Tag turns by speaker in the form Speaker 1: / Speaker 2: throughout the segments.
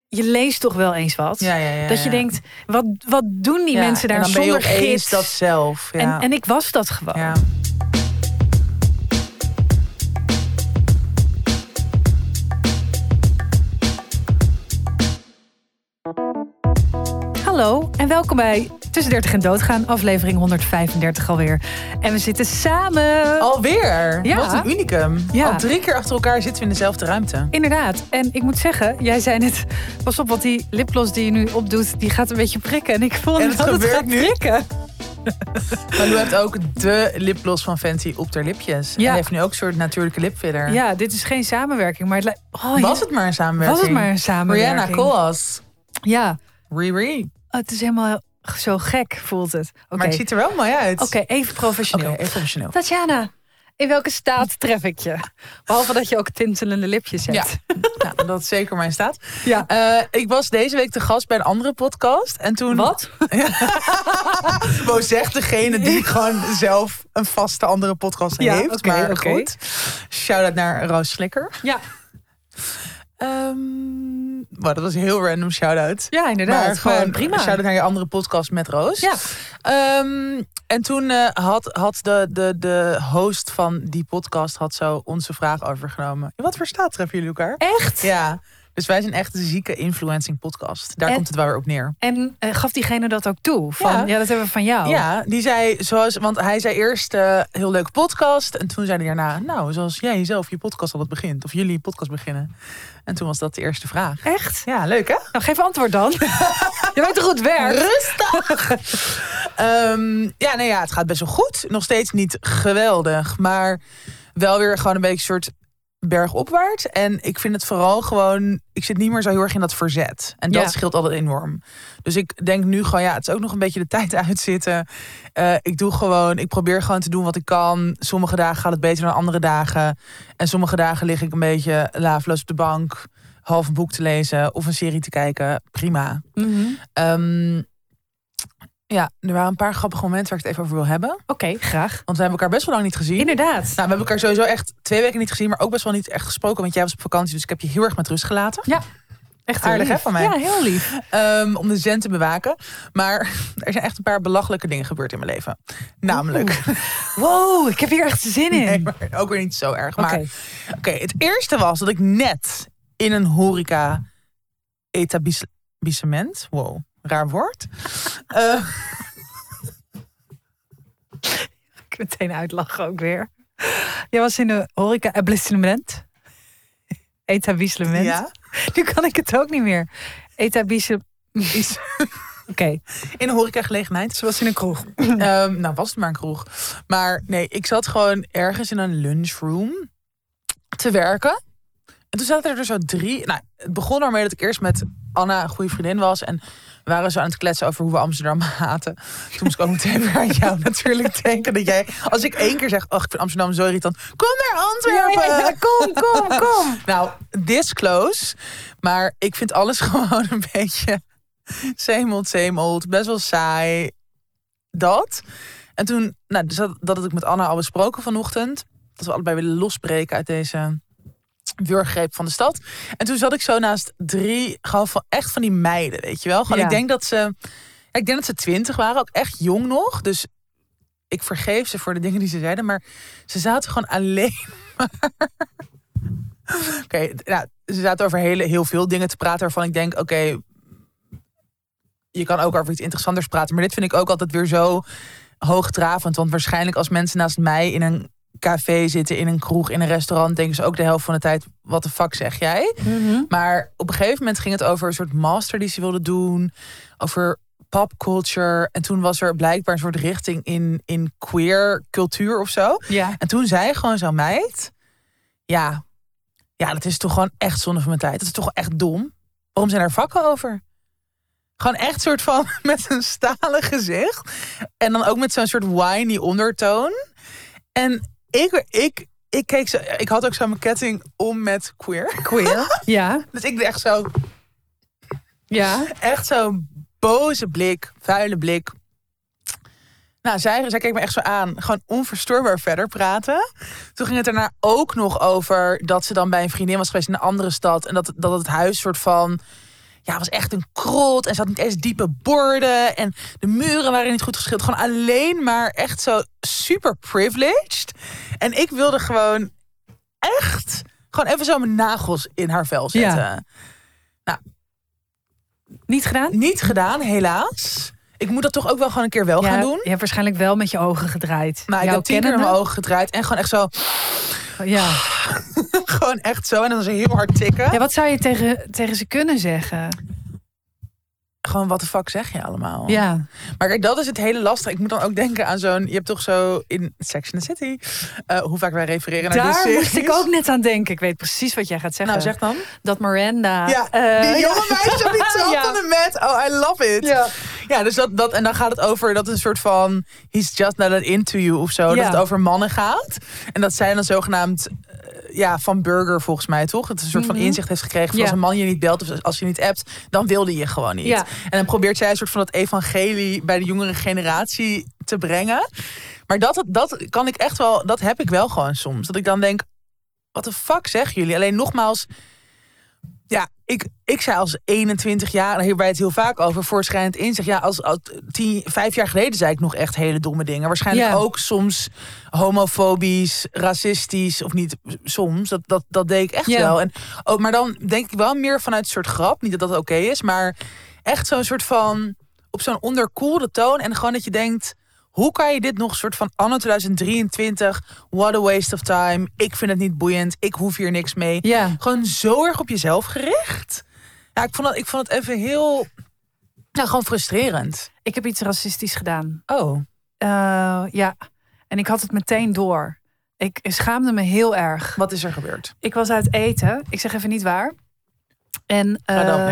Speaker 1: je leest toch wel eens wat. Dat je denkt, wat doen die mensen daar zonder gids?
Speaker 2: Dat zelf. Ja.
Speaker 1: En ik was dat gewoon.
Speaker 2: Ja.
Speaker 1: Hallo en welkom bij Tussen 30 en Doodgaan, aflevering 135 alweer. En we zitten samen.
Speaker 2: Alweer?
Speaker 1: Ja.
Speaker 2: Wat een unicum.
Speaker 1: Ja.
Speaker 2: Al 3 keer achter elkaar zitten we in dezelfde ruimte.
Speaker 1: Inderdaad. En ik moet zeggen, jij zei net, pas op, wat die lipgloss die je nu opdoet, die gaat een beetje prikken. En ik voel
Speaker 2: en het
Speaker 1: dat het
Speaker 2: gebeurt
Speaker 1: gaat
Speaker 2: nu.
Speaker 1: prikken.
Speaker 2: Maar Lou heeft ook de lipgloss van Fenty op haar lipjes.
Speaker 1: Ja.
Speaker 2: En heeft nu ook een soort natuurlijke lipfiller.
Speaker 1: Ja, dit is geen samenwerking, maar het lijkt...
Speaker 2: Was het maar een samenwerking?
Speaker 1: Was het maar een samenwerking?
Speaker 2: Rihanna Koolhaas.
Speaker 1: Ja.
Speaker 2: Riri.
Speaker 1: Het is helemaal zo gek, voelt het.
Speaker 2: Maar het ziet er wel mooi uit.
Speaker 1: Oké, even professioneel.
Speaker 2: Even professioneel.
Speaker 1: Tatjana, in welke staat tref ik je? Behalve dat je ook tintelende lipjes hebt.
Speaker 2: Ja, dat is zeker mijn staat.
Speaker 1: Ja.
Speaker 2: Ik was deze week te gast bij een andere podcast. En toen...
Speaker 1: Wat?
Speaker 2: Bo zegt degene die gewoon zelf een vaste andere podcast heeft.
Speaker 1: Oké,
Speaker 2: maar
Speaker 1: oké.
Speaker 2: goed. Shout-out naar Roos Slikker.
Speaker 1: Ja.
Speaker 2: Maar dat was een heel random shout-out.
Speaker 1: Ja, inderdaad.
Speaker 2: Maar gewoon
Speaker 1: prima.
Speaker 2: shout-out naar je andere podcast met Roos.
Speaker 1: Ja.
Speaker 2: En toen had de host van die podcast had zo onze vraag overgenomen. In wat voor staat treffen jullie elkaar?
Speaker 1: Echt?
Speaker 2: Ja. Dus wij zijn echt een zieke influencing podcast. Daar komt het wel weer op neer.
Speaker 1: En gaf diegene dat ook toe? Van, ja, dat hebben we van jou.
Speaker 2: Ja, die zei want hij zei eerst heel leuke podcast. En toen zei hij daarna, nou, zoals jij zelf je podcast altijd begint. Of jullie podcast beginnen. En toen was dat de eerste vraag.
Speaker 1: Echt?
Speaker 2: Ja, leuk hè?
Speaker 1: Nou, geef antwoord dan. Je weet toch hoe het werkt?
Speaker 2: Rustig! Het gaat best wel goed. Nog steeds niet geweldig. Maar wel weer gewoon een beetje een soort bergopwaarts. En ik vind het vooral gewoon... Ik zit niet meer zo heel erg in dat verzet. En dat scheelt altijd enorm. Dus ik denk nu gewoon, het is ook nog een beetje de tijd uitzitten. Ik probeer gewoon te doen wat ik kan. Sommige dagen gaat het beter dan andere dagen. En sommige dagen lig ik een beetje laafloos op de bank. Half een boek te lezen of een serie te kijken. Prima.
Speaker 1: Mm-hmm.
Speaker 2: Er waren een paar grappige momenten waar ik het even over wil hebben.
Speaker 1: Oké, graag.
Speaker 2: Want we hebben elkaar best wel lang niet gezien.
Speaker 1: Inderdaad.
Speaker 2: Nou, we hebben elkaar sowieso echt 2 weken niet gezien, maar ook best wel niet echt gesproken. Want jij was op vakantie, dus ik heb je heel erg met rust gelaten.
Speaker 1: Ja, echt
Speaker 2: aardig
Speaker 1: lief.
Speaker 2: hè van mij.
Speaker 1: Ja, heel lief.
Speaker 2: Om de zen te bewaken. Maar er zijn echt een paar belachelijke dingen gebeurd in mijn leven. Namelijk...
Speaker 1: Wow, ik heb hier echt zin in.
Speaker 2: Nee, maar ook weer niet zo erg. Maar Oké, het eerste was dat ik net in een horeca etablissement... Wow, raar woord.
Speaker 1: Ik meteen uitlachen ook weer. Jij was in een horeca-etablissement. Etablissement.
Speaker 2: Ja.
Speaker 1: Nu kan ik het ook niet meer. Oké.
Speaker 2: In een horecagelegenheid.
Speaker 1: Ze was in een kroeg.
Speaker 2: Nou, was het maar een kroeg. Maar nee, ik zat gewoon ergens in een lunchroom te werken. En toen zaten er zo 3... Nou, het begon ermee dat ik eerst met Anna, een goede vriendin was. En we waren zo aan het kletsen over hoe we Amsterdam haten. Toen moest ik ook meteen weer aan jou natuurlijk denken. Dat jij, als ik 1 keer zeg, ik vind Amsterdam zo irritant. Kom naar Antwerpen!
Speaker 1: Ja, kom.
Speaker 2: Nou, this close. Maar ik vind alles gewoon een beetje... same old, best wel saai. Dat. En toen, dus dat had ik met Anna al besproken vanochtend. Dat we allebei willen losbreken uit deze wurggreep van de stad. En toen zat ik zo naast 3, gewoon echt van die meiden, weet je wel. Gewoon, ik denk dat ze 20 waren, ook echt jong nog. Dus ik vergeef ze voor de dingen die ze zeiden. Maar ze zaten gewoon alleen maar... Ze zaten over heel veel dingen te praten waarvan ik denk, je kan ook over iets interessanters praten. Maar dit vind ik ook altijd weer zo hoogdravend. Want waarschijnlijk als mensen naast mij in een café zitten, in een kroeg, in een restaurant, denken ze ook de helft van de tijd, wat de fuck zeg jij?
Speaker 1: Mm-hmm.
Speaker 2: Maar op een gegeven moment ging het over een soort master die ze wilden doen. Over popculture. En toen was er blijkbaar een soort richting in queer cultuur of zo.
Speaker 1: Ja.
Speaker 2: En toen zei gewoon zo'n meid, ja, dat is toch gewoon echt zonde van mijn tijd. Dat is toch wel echt dom. Waarom zijn er vakken over? Gewoon echt soort van met een stalen gezicht. En dan ook met zo'n soort whiny ondertoon. En ik keek zo... Ik had ook zo mijn ketting om met queer.
Speaker 1: Ja.
Speaker 2: Dus ik deed echt zo...
Speaker 1: Ja.
Speaker 2: Echt zo'n boze blik. Vuile blik. Nou, zij keek me echt zo aan. Gewoon onverstoorbaar verder praten. Toen ging het daarna ook nog over dat ze dan bij een vriendin was geweest in een andere stad. En dat het huis soort van... was echt een krot. En ze had niet eens diepe borden. En de muren waren niet goed geschilderd. Gewoon alleen maar echt zo super privileged. En ik wilde gewoon echt... gewoon even zo mijn nagels in haar vel zetten.
Speaker 1: Ja.
Speaker 2: Nou,
Speaker 1: Niet gedaan?
Speaker 2: niet gedaan, helaas. Ik moet dat toch ook wel gewoon een keer wel gaan doen.
Speaker 1: Je hebt waarschijnlijk wel met je ogen gedraaid.
Speaker 2: Nou, ik heb 10 keer in mijn ogen gedraaid. En gewoon echt zo...
Speaker 1: Ja.
Speaker 2: gewoon echt zo. En dan ze heel hard tikken.
Speaker 1: Ja, wat zou je tegen ze kunnen zeggen?
Speaker 2: Gewoon, wat de fuck zeg je allemaal?
Speaker 1: Ja.
Speaker 2: Maar kijk, dat is het hele lastige. Ik moet dan ook denken aan zo'n... Je hebt toch zo in Sex and the City... hoe vaak wij refereren naar de
Speaker 1: Daar
Speaker 2: series.
Speaker 1: moest ik ook net aan denken. Ik weet precies wat jij gaat zeggen.
Speaker 2: Nou, zeg dan.
Speaker 1: Dat Miranda...
Speaker 2: Ja, die jonge meisje op die trap
Speaker 1: Ja.
Speaker 2: van de Met. Oh, I love it. Ja, dus dat... En dan gaat het over... Dat is een soort van... He's just not into you of zo.
Speaker 1: Ja.
Speaker 2: Dat het over mannen gaat. En dat zij dan zogenaamd... van Burger volgens mij, toch? Het een soort van inzicht heeft gekregen van als een man je niet belt of als je niet appt, dan wilde je gewoon niet.
Speaker 1: Ja.
Speaker 2: En dan probeert zij een soort van dat evangelie bij de jongere generatie te brengen. Maar dat kan ik echt wel, dat heb ik wel gewoon soms. Dat ik dan denk, wat de fuck zeggen jullie? Alleen nogmaals, ja, ik zei als 21 jaar, en hier bij het heel vaak over, voorschrijnend inzicht. Ja, als 5 jaar geleden zei ik nog echt hele domme dingen. Waarschijnlijk ook soms homofobisch, racistisch, of niet soms. Dat deed ik echt wel. En, maar dan denk ik wel meer vanuit een soort grap. Niet dat dat oké is, maar echt zo'n soort van, op zo'n onderkoelde toon. En gewoon dat je denkt, hoe kan je dit nog soort van anno 2023, what a waste of time. Ik vind het niet boeiend, ik hoef hier niks mee.
Speaker 1: Ja.
Speaker 2: Gewoon zo erg op jezelf gericht. Ja, ik vond het even heel... Nou, gewoon frustrerend.
Speaker 1: Ik heb iets racistisch gedaan.
Speaker 2: Oh.
Speaker 1: Ja. En ik had het meteen door. Ik schaamde me heel erg.
Speaker 2: Wat is er gebeurd?
Speaker 1: Ik was uit eten. Ik zeg even niet waar. En,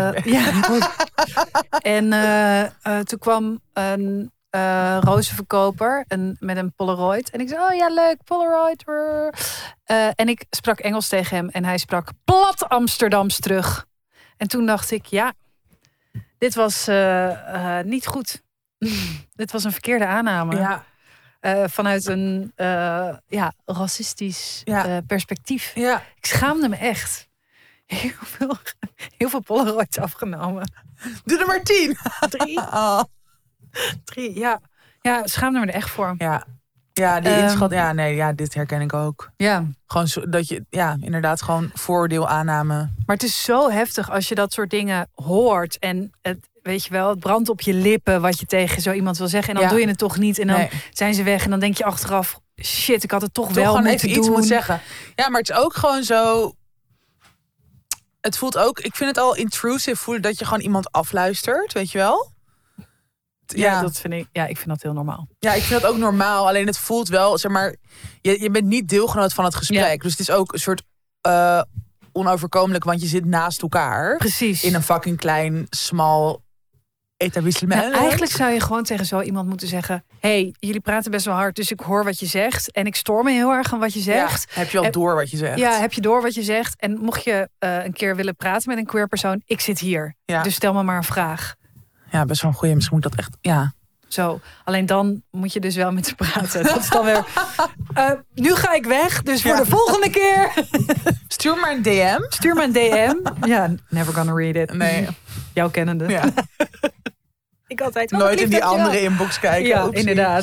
Speaker 1: toen kwam een rozenverkoper met een Polaroid. En ik zei, oh ja, leuk, Polaroid. En ik sprak Engels tegen hem. En hij sprak plat Amsterdams terug. En toen dacht ik, ja, dit was niet goed. Dit was een verkeerde aanname.
Speaker 2: Ja.
Speaker 1: Vanuit een racistisch perspectief.
Speaker 2: Ja.
Speaker 1: Ik schaamde me echt. Heel veel Polaroids afgenomen.
Speaker 2: Doe er maar 10.
Speaker 1: 3. 3, ja. Ja, schaamde me er echt voor.
Speaker 2: Ja, die inschat. Ja, nee, ja, dit herken ik ook.
Speaker 1: Ja.
Speaker 2: Gewoon dat je, inderdaad, gewoon vooroordeel aanname.
Speaker 1: Maar het is zo heftig als je dat soort dingen hoort. En het, weet je wel, het brandt op je lippen wat je tegen zo iemand wil zeggen. En dan doe je het toch niet. En dan zijn ze weg. En dan denk je achteraf, shit, ik had het toch wel moeten
Speaker 2: even
Speaker 1: doen.
Speaker 2: Iets moet zeggen. Ja, maar het is ook gewoon zo. Het voelt ook, ik vind het al intrusive voelen dat je gewoon iemand afluistert, weet je wel?
Speaker 1: Ja, dat vind ik. Ja, ik vind dat heel normaal.
Speaker 2: Ja, ik vind dat ook normaal. Alleen het voelt wel, zeg maar, je bent niet deelgenoot van het gesprek. Ja. Dus het is ook een soort onoverkomelijk, want je zit naast elkaar.
Speaker 1: Precies.
Speaker 2: In een fucking klein, smal etablissement.
Speaker 1: Nou, eigenlijk zou je gewoon tegen zo iemand moeten zeggen, hey, jullie praten best wel hard, dus ik hoor wat je zegt. En ik stoor me heel erg aan wat je zegt.
Speaker 2: Ja, heb je al door wat je zegt?
Speaker 1: Ja, heb je door wat je zegt. En mocht je een keer willen praten met een queer persoon, ik zit hier. Ja. Dus stel me maar een vraag.
Speaker 2: Ja, best wel een goeie. Misschien moet ik dat echt, ja.
Speaker 1: Zo, alleen dan moet je dus wel met ze praten. Dat is dan weer, nu ga ik weg, dus voor de volgende keer.
Speaker 2: Stuur maar een DM.
Speaker 1: Stuur maar een DM. Ja, never gonna read it.
Speaker 2: Nee.
Speaker 1: Jouw kennende.
Speaker 2: Ja.
Speaker 1: Ik altijd
Speaker 2: nooit in die andere inbox kijken.
Speaker 1: Ja, inderdaad.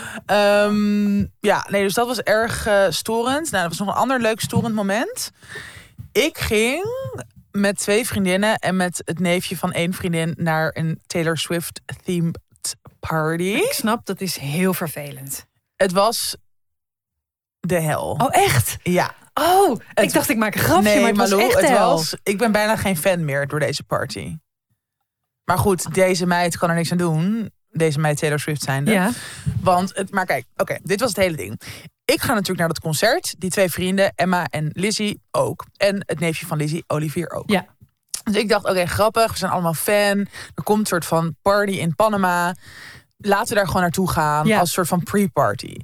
Speaker 2: Dus dat was erg storend. Nou, dat was nog een ander leuk storend moment. Ik ging met 2 vriendinnen en met het neefje van 1 vriendin naar een Taylor Swift themed party.
Speaker 1: Ik snap, dat is heel vervelend.
Speaker 2: Het was de hel.
Speaker 1: Oh, echt?
Speaker 2: Ja.
Speaker 1: Oh, ik dacht ik maak een grapje,
Speaker 2: nee,
Speaker 1: maar het
Speaker 2: Malou,
Speaker 1: was echt de hel.
Speaker 2: Ik ben bijna geen fan meer door deze party. Maar goed, deze meid kan er niks aan doen. Deze meid Taylor Swift zijnde.
Speaker 1: Ja.
Speaker 2: Maar kijk, oké, dit was het hele ding. Ik ga natuurlijk naar dat concert. Die 2 vrienden, Emma en Lizzie ook. En het neefje van Lizzie, Olivier ook.
Speaker 1: Ja.
Speaker 2: Dus ik dacht, oké, grappig. We zijn allemaal fan. Er komt een soort van party in Panama. Laten we daar gewoon naartoe gaan. Ja. Als een soort van pre-party.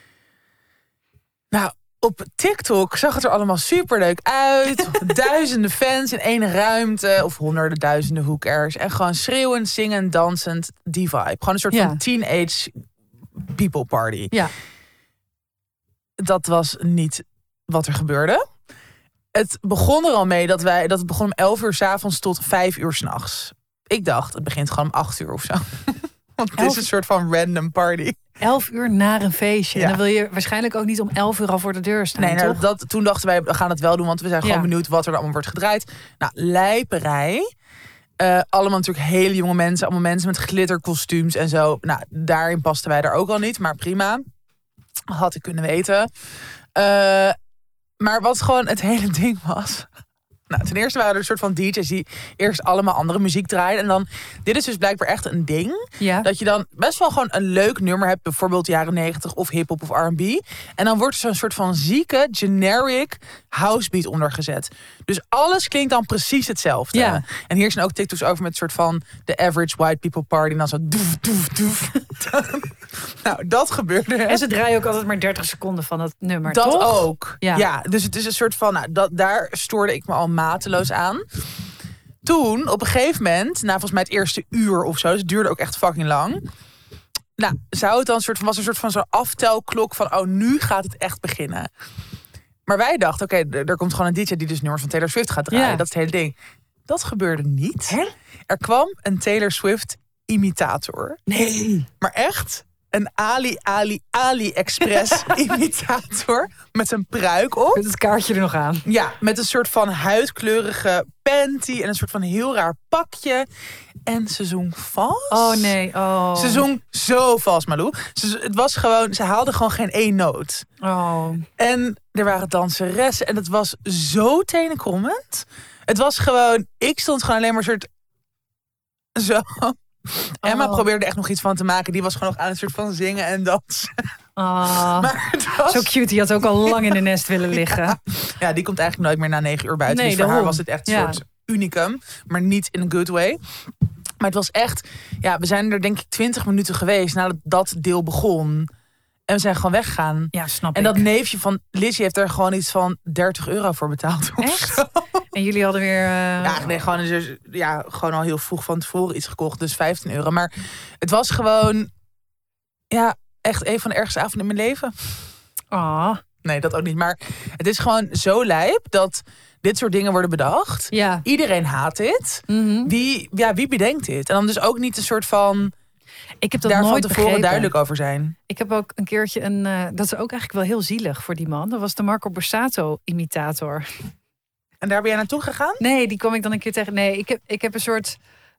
Speaker 2: Nou, op TikTok zag het er allemaal superleuk uit. Duizenden fans in 1 ruimte. Of honderden, duizenden, who cares. En gewoon schreeuwend, zingend, dansend. Die vibe. Gewoon een soort van teenage people party.
Speaker 1: Ja.
Speaker 2: Dat was niet wat er gebeurde. het begon er al mee dat het begon om 11 uur 's avonds tot 5 uur 's nachts. Ik dacht, het begint gewoon om 8 uur of zo. Want het is een soort van random party.
Speaker 1: 11 uur naar een feestje.
Speaker 2: Ja.
Speaker 1: En dan wil je waarschijnlijk ook niet om 11 uur al voor de deur staan.
Speaker 2: Nee, nou,
Speaker 1: toch?
Speaker 2: toen dachten wij, we gaan het wel doen. Want we zijn gewoon benieuwd wat er allemaal wordt gedraaid. Nou, lijperij. Allemaal natuurlijk hele jonge mensen. Allemaal mensen met glitterkostuums en zo. Nou, daarin pasten wij er ook al niet. Maar prima. Had ik kunnen weten. Maar wat gewoon het hele ding was... Nou, ten eerste waren er een soort van DJ's die eerst allemaal andere muziek draaiden. En dan, dit is dus blijkbaar echt een ding.
Speaker 1: Ja.
Speaker 2: Dat je dan best wel gewoon een leuk nummer hebt. Bijvoorbeeld jaren 90 of hiphop of R&B. En dan wordt er zo'n soort van zieke, generic housebeat ondergezet. Dus alles klinkt dan precies hetzelfde.
Speaker 1: Ja.
Speaker 2: En hier zijn ook TikToks over met een soort van the average white people party. En dan zo doef, doef, doef. Nou, dat gebeurde.
Speaker 1: En ze draaien ook altijd maar 30 seconden van dat nummer,
Speaker 2: Dat
Speaker 1: toch?
Speaker 2: ook. Ja, dus het is een soort van... Nou, daar stoorde ik me al mateloos aan. Toen, op een gegeven moment... Nou, volgens mij het eerste uur of zo... Dus het duurde ook echt fucking lang. Nou, zou het dan was een soort van zo'n aftelklok van... Oh, nu gaat het echt beginnen. Maar wij dachten, oké, er komt gewoon een DJ... die dus nummers van Taylor Swift gaat draaien.
Speaker 1: Ja.
Speaker 2: Dat is het hele ding. Dat gebeurde niet.
Speaker 1: Hè?
Speaker 2: Er kwam een Taylor Swift imitator.
Speaker 1: Nee.
Speaker 2: Maar echt... Een AliExpress imitator met een pruik op.
Speaker 1: Met het kaartje er nog aan.
Speaker 2: Ja, met een soort van huidkleurige panty en een soort van heel raar pakje. En ze zong vals.
Speaker 1: Oh nee, oh.
Speaker 2: Ze zong zo vals, Malou. Het was gewoon, ze haalde gewoon geen één noot.
Speaker 1: Oh.
Speaker 2: En er waren danseressen en het was zo tenenkrommend. Het was gewoon, ik stond gewoon alleen maar soort zo... Emma probeerde er echt nog iets van te maken. Die was gewoon nog aan het soort van zingen en dansen.
Speaker 1: Oh.
Speaker 2: Maar het was...
Speaker 1: Zo cute, die had ook al lang in de nest willen liggen.
Speaker 2: Ja, die komt eigenlijk nooit meer na 9 uur buiten.
Speaker 1: Nee,
Speaker 2: Dus voor haar
Speaker 1: daarom.
Speaker 2: was het echt een soort unicum. Maar niet in een good way. Maar het was echt... Ja, we zijn er denk ik 20 minuten geweest nadat dat deel begon. En we zijn gewoon weggegaan.
Speaker 1: Ja, snap
Speaker 2: En
Speaker 1: ik.
Speaker 2: dat neefje van Lizzie heeft er gewoon iets van €30 voor betaald. Of
Speaker 1: Echt?
Speaker 2: zo.
Speaker 1: En jullie hadden weer...
Speaker 2: Ja, nee, gewoon al heel vroeg van tevoren iets gekocht. Dus €15. Maar het was gewoon... Ja, echt een van de ergste avonden in mijn leven.
Speaker 1: Oh.
Speaker 2: Nee, dat ook niet. Maar het is gewoon zo lijp dat dit soort dingen worden bedacht.
Speaker 1: Ja.
Speaker 2: Iedereen haat dit.
Speaker 1: Mhm.
Speaker 2: Wie bedenkt dit? En dan dus ook niet een soort van...
Speaker 1: Ik heb dat
Speaker 2: daar van
Speaker 1: nooit
Speaker 2: tevoren
Speaker 1: begrepen.
Speaker 2: duidelijk over zijn.
Speaker 1: Ik heb ook een keertje een... dat is ook eigenlijk wel heel zielig voor die man. Dat was de Marco Borsato-imitator.
Speaker 2: En daar ben jij naartoe gegaan?
Speaker 1: Nee, die kwam ik dan een keer tegen. Nee, ik heb een soort...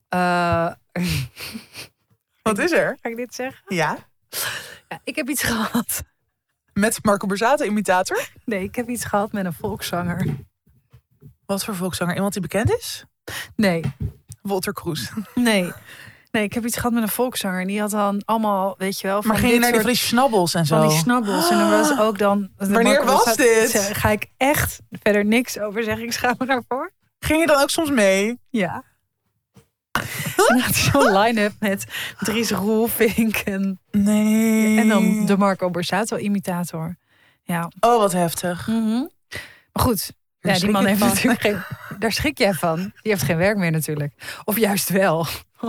Speaker 2: Wat is er?
Speaker 1: Ga ik dit zeggen?
Speaker 2: Ja.
Speaker 1: Ja, ik heb iets gehad.
Speaker 2: Met Marco Borsato, imitator?
Speaker 1: Nee, ik heb iets gehad met een volkszanger.
Speaker 2: Wat voor volkszanger? Iemand die bekend is?
Speaker 1: Nee,
Speaker 2: Walter Kroes.
Speaker 1: nee. Nee, ik heb iets gehad met een volkszanger. En die had dan allemaal, weet je wel...
Speaker 2: Maar ging je naar die snabbels en zo?
Speaker 1: Van die snabbels. En dan was ook dan...
Speaker 2: Wanneer was dit?
Speaker 1: Daar ga ik echt verder niks over zeggen. Ik schaam me daarvoor.
Speaker 2: Ging je dan ook soms mee?
Speaker 1: Ja. En dan had hij zo'n line-up met Dries Roelvink en dan de Marco Borsato-imitator. Ja.
Speaker 2: Oh, wat heftig.
Speaker 1: Maar goed, ja, die man heeft natuurlijk geen... Daar schrik jij van. Die heeft geen werk meer natuurlijk. Of juist wel.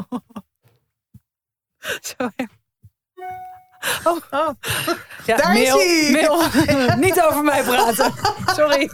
Speaker 1: Zo, ja. Oh. Ja,
Speaker 2: Daar is hij!
Speaker 1: Mail. Niet over mij praten. Sorry.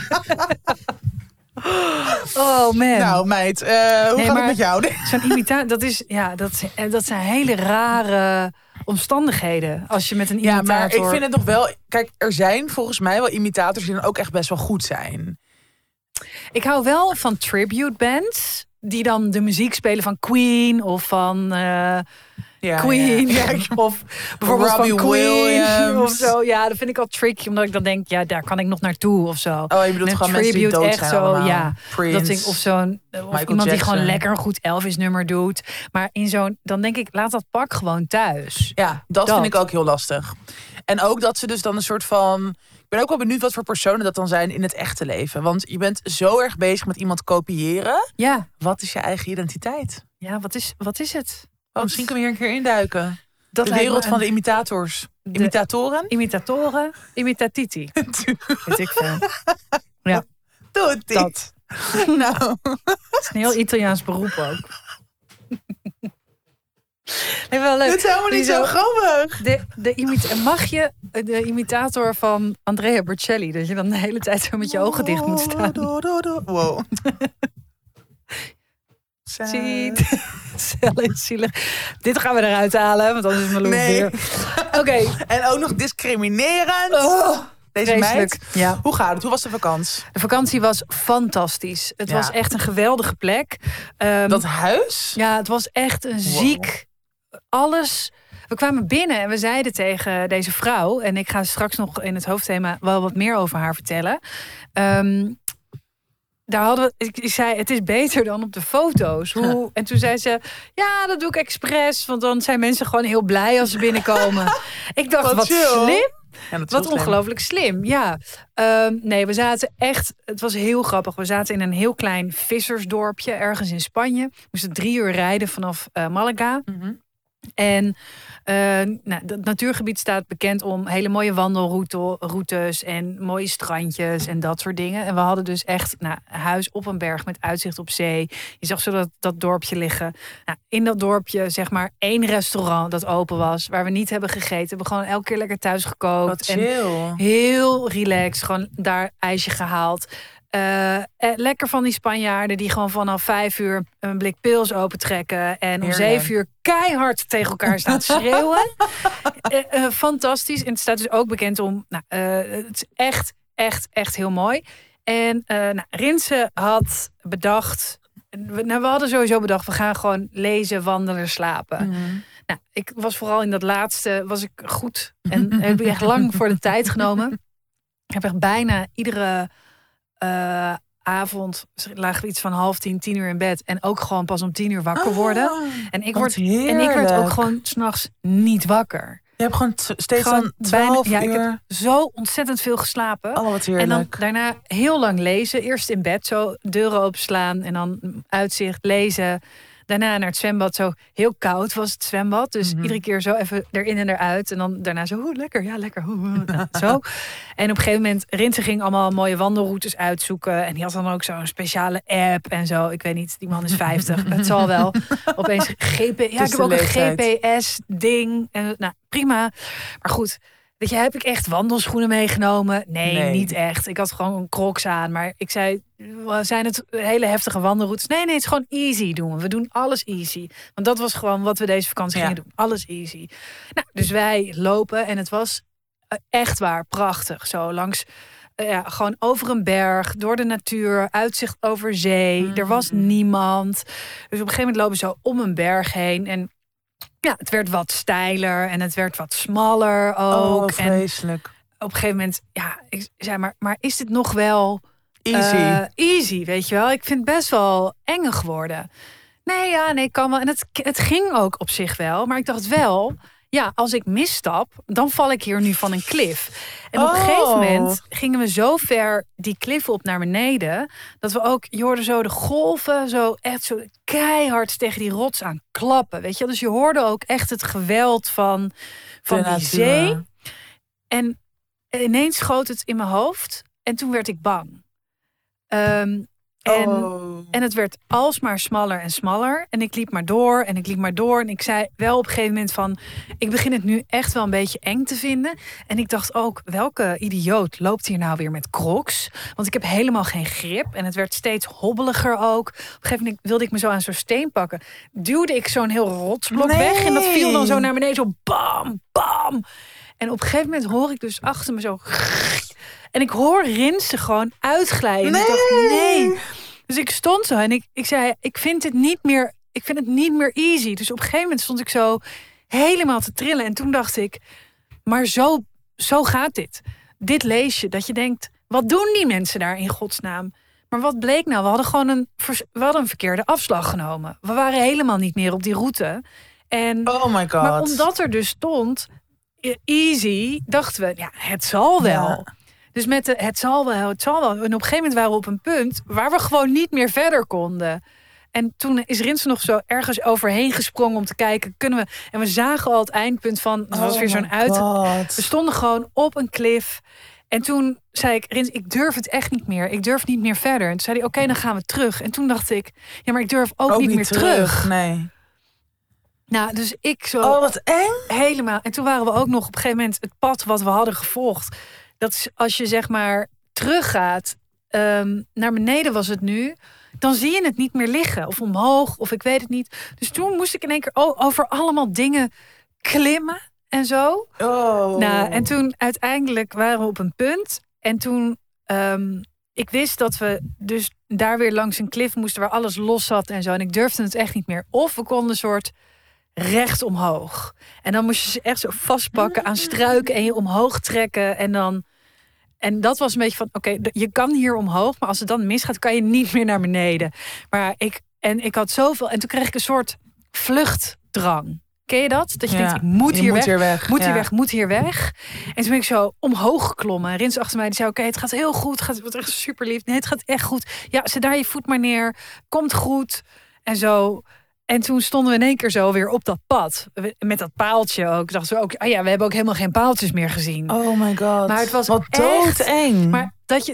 Speaker 1: Oh man.
Speaker 2: Nou meid, hoe gaat het met jou?
Speaker 1: Zo'n imitatie, dat zijn hele rare omstandigheden. Als je met een imitator...
Speaker 2: Ja, maar ik vind het nog wel... Kijk, er zijn volgens mij wel imitators die dan ook echt best wel goed zijn.
Speaker 1: Ik hou wel van tribute bands die dan de muziek spelen van Queen of van Queen.
Speaker 2: Ja.
Speaker 1: Of bijvoorbeeld
Speaker 2: Robbie
Speaker 1: van Queen
Speaker 2: Williams.
Speaker 1: of zo. Ja, dat vind ik al tricky, omdat ik dan denk, ja, daar kan ik nog naartoe of zo.
Speaker 2: Oh, je bedoelt
Speaker 1: Een
Speaker 2: gewoon mensen die
Speaker 1: tribute
Speaker 2: dood
Speaker 1: echt
Speaker 2: zijn
Speaker 1: zo,
Speaker 2: allemaal.
Speaker 1: ja.
Speaker 2: Prince,
Speaker 1: Dat ik, of zo'n of iemand die gewoon lekker een goed Elvis nummer doet. Maar in zo'n, dan denk ik, laat dat pak gewoon thuis.
Speaker 2: Ja, dat vind ik ook heel lastig. En ook dat ze dus dan een soort van... Ik ben ook wel benieuwd wat voor personen dat dan zijn in het echte leven. Want je bent zo erg bezig met iemand kopiëren.
Speaker 1: Ja.
Speaker 2: Wat is je eigen identiteit?
Speaker 1: Ja, wat is het?
Speaker 2: Oh, misschien kunnen we hier een keer induiken.
Speaker 1: Dat
Speaker 2: de
Speaker 1: lijkt
Speaker 2: wereld
Speaker 1: me
Speaker 2: van de imitatoren.
Speaker 1: Imitatoren, imitatiti. Weet ik veel. Ja,
Speaker 2: Doe dit.
Speaker 1: dat.
Speaker 2: Nou.
Speaker 1: Het is een heel Italiaans beroep ook. Nee, wel leuk.
Speaker 2: Dit is helemaal niet zo grappig.
Speaker 1: Mag je de imitator van Andrea Bocelli. Dat je dan de hele tijd zo met je ogen dicht moet staan.
Speaker 2: Wow.
Speaker 1: Zielig. Dit gaan we eruit halen, want anders is Malou weer. Oké.
Speaker 2: En ook nog discriminerend. Deze meid.
Speaker 1: Ja.
Speaker 2: Hoe gaat het? Hoe was de vakantie?
Speaker 1: De vakantie was fantastisch. Het was echt een geweldige plek.
Speaker 2: Dat huis?
Speaker 1: Ja, het was echt een ziek... Alles... We kwamen binnen en we zeiden tegen deze vrouw... en ik ga straks nog in het hoofdthema wel wat meer over haar vertellen... daar hadden we, ik zei, het is beter dan op de foto's. Hoe? En toen zei ze, ja, dat doe ik expres. Want dan zijn mensen gewoon heel blij als ze binnenkomen. Ik dacht, wat slim. Ja, wat ongelooflijk slim, ja. Nee, we zaten echt... Het was heel grappig. We zaten in een heel klein vissersdorpje ergens in Spanje. We moesten 3 uur rijden vanaf Malaga. Mm-hmm. En het natuurgebied staat bekend om hele mooie wandelroutes en mooie strandjes en dat soort dingen. En we hadden dus echt een huis op een berg met uitzicht op zee. Je zag zo dat dorpje liggen. In dat dorpje zeg maar 1 restaurant dat open was, waar we niet hebben gegeten. We hebben gewoon elke keer lekker thuis gekookt.
Speaker 2: Wat chill.
Speaker 1: En heel relaxed, gewoon daar ijsje gehaald. Lekker van die Spanjaarden die gewoon vanaf 5 uur een blik pils opentrekken en om 7 uur keihard tegen elkaar staan te schreeuwen. Fantastisch. En het staat dus ook bekend om, het is echt heel mooi. En Rinse had bedacht, we hadden sowieso bedacht, we gaan gewoon lezen, wandelen, slapen. Mm-hmm. Ik was vooral in dat laatste, was ik goed en heb ik echt lang voor de tijd genomen. Ik heb echt bijna iedere avond lagen we iets van 9:30, 10 uur in bed. En ook gewoon pas om 10 uur wakker worden. En ik werd ook gewoon 's nachts niet wakker.
Speaker 2: Je hebt gewoon steeds van 12 uur.
Speaker 1: Ik heb zo ontzettend veel geslapen.
Speaker 2: Oh, wat heerlijk.
Speaker 1: En dan daarna heel lang lezen. Eerst in bed, zo deuren openslaan. En dan uitzicht, lezen. Daarna naar het zwembad. Zo heel koud was het zwembad. Dus iedere keer zo even erin en eruit. En dan daarna zo, lekker, ja, lekker. Zo. En op een gegeven moment, Rinse ging allemaal mooie wandelroutes uitzoeken. En die had dan ook zo'n speciale app en zo. Ik weet niet, die man is 50. Het zal wel. Opeens ik heb ook een GPS-ding. En prima. Maar goed, weet je, heb ik echt wandelschoenen meegenomen? Nee, niet echt. Ik had gewoon een Crocs aan. Maar ik zei, zijn het hele heftige wandelroutes? Nee, het is gewoon easy doen. We doen alles easy. Want dat was gewoon wat we deze vakantie gingen doen. Alles easy. Dus wij lopen en het was echt waar prachtig. Zo langs, gewoon over een berg, door de natuur, uitzicht over zee. Er was niemand. Dus op een gegeven moment lopen we zo om een berg heen en ja, het werd wat steiler en het werd wat smaller ook.
Speaker 2: Oh, vreselijk.
Speaker 1: En op een gegeven moment, ik zei maar is dit nog wel
Speaker 2: easy,
Speaker 1: weet je wel? Ik vind het best wel eng geworden. Nee, kan wel. En het ging ook op zich wel, maar ik dacht wel, ja, als ik misstap, dan val ik hier nu van een klif. En op een gegeven moment gingen we zo ver die klif op naar beneden, dat we ook, je hoorde zo de golven zo echt zo keihard tegen die rots aan klappen, weet je. Dus je hoorde ook echt het geweld van die zee. En ineens schoot het in mijn hoofd en toen werd ik bang. En het werd alsmaar smaller en smaller. En ik liep maar door en ik liep maar door. En ik zei wel op een gegeven moment van, ik begin het nu echt wel een beetje eng te vinden. En ik dacht ook, welke idioot loopt hier nou weer met Crocs? Want ik heb helemaal geen grip. En het werd steeds hobbeliger ook. Op een gegeven moment wilde ik me zo aan zo'n steen pakken. Duwde ik zo'n heel rotsblok weg. En dat viel dan zo naar beneden. Zo bam, bam. En op een gegeven moment hoor ik dus achter me zo... En ik hoor Rinse gewoon uitglijden. En ik dacht, nee. Dus ik stond zo en ik zei, ik vind het niet meer easy. Dus op een gegeven moment stond ik zo helemaal te trillen. En toen dacht ik, maar zo gaat dit. Dit lees je, dat je denkt, wat doen die mensen daar in godsnaam? Maar wat bleek nou? We hadden gewoon een verkeerde afslag genomen. We waren helemaal niet meer op die route. En,
Speaker 2: oh my god.
Speaker 1: Maar omdat er dus stond, easy, dachten we, ja, het zal wel. Ja. Dus met het zal wel. En op een gegeven moment waren we op een punt waar we gewoon niet meer verder konden. En toen is Rinse nog zo ergens overheen gesprongen om te kijken, kunnen we... En we zagen al het eindpunt van, het was weer zo'n we stonden gewoon op een klif. En toen zei ik, Rinse, ik durf het echt niet meer. Ik durf niet meer verder. En toen zei hij, oké, dan gaan we terug. En toen dacht ik, ja, maar ik durf ook niet meer terug.
Speaker 2: Nee.
Speaker 1: Nou, dus ik zo...
Speaker 2: Oh, wat eng.
Speaker 1: Helemaal. En toen waren we ook nog op een gegeven moment het pad wat we hadden gevolgd. Dat is als je zeg maar teruggaat, naar beneden was het nu, dan zie je het niet meer liggen. Of omhoog, of ik weet het niet. Dus toen moest ik in één keer over allemaal dingen klimmen en zo.
Speaker 2: Oh.
Speaker 1: Nou, en toen uiteindelijk waren we op een punt. En toen, ik wist dat we dus daar weer langs een klif moesten waar alles los zat en zo. En ik durfde het echt niet meer. Of we konden een soort recht omhoog. En dan moest je ze echt zo vastpakken aan struiken en je omhoog trekken. En dat was een beetje van, oké, je kan hier omhoog, maar als het dan misgaat, kan je niet meer naar beneden. Maar ik had zoveel, en toen kreeg ik een soort vluchtdrang. Ken je dat? Dat je denkt, ik moet hier weg. Moet hier weg. En toen ben ik zo omhoog geklommen. Rins achter mij, die zei, oké, het gaat heel goed. Het gaat echt super lief. Nee, het gaat echt goed. Ja, zet daar je voet maar neer. Komt goed. En zo. En toen stonden we in één keer zo weer op dat pad. Met dat paaltje ook. Ik dacht zo ook, we hebben ook helemaal geen paaltjes meer gezien.
Speaker 2: Oh my god.
Speaker 1: Maar het was
Speaker 2: wat doodeng.
Speaker 1: Maar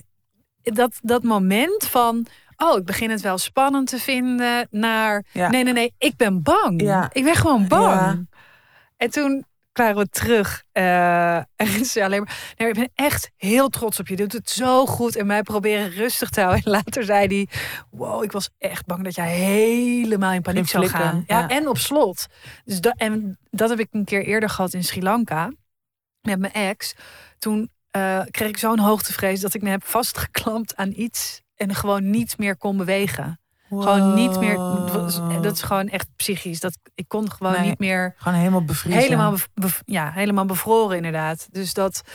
Speaker 1: dat moment van, ik begin het wel spannend te vinden, naar nee, ik ben bang. Ja. Ik ben gewoon bang. Ja. En toen waren we terug. En zei alleen maar, ik ben echt heel trots op je. Je doet het zo goed. En mij proberen rustig te houden. En later zei hij, wow, ik was echt bang dat jij helemaal in paniek zou gaan. Ja, en op slot. Dus dat heb ik een keer eerder gehad in Sri Lanka. Met mijn ex. Toen kreeg ik zo'n hoogtevrees dat ik me heb vastgeklampt aan iets. En gewoon niet meer kon bewegen. Wow. Gewoon niet meer. Dat is gewoon echt psychisch. Ik kon gewoon niet meer.
Speaker 2: Gewoon helemaal bevriezen.
Speaker 1: Helemaal bevroren inderdaad. Dus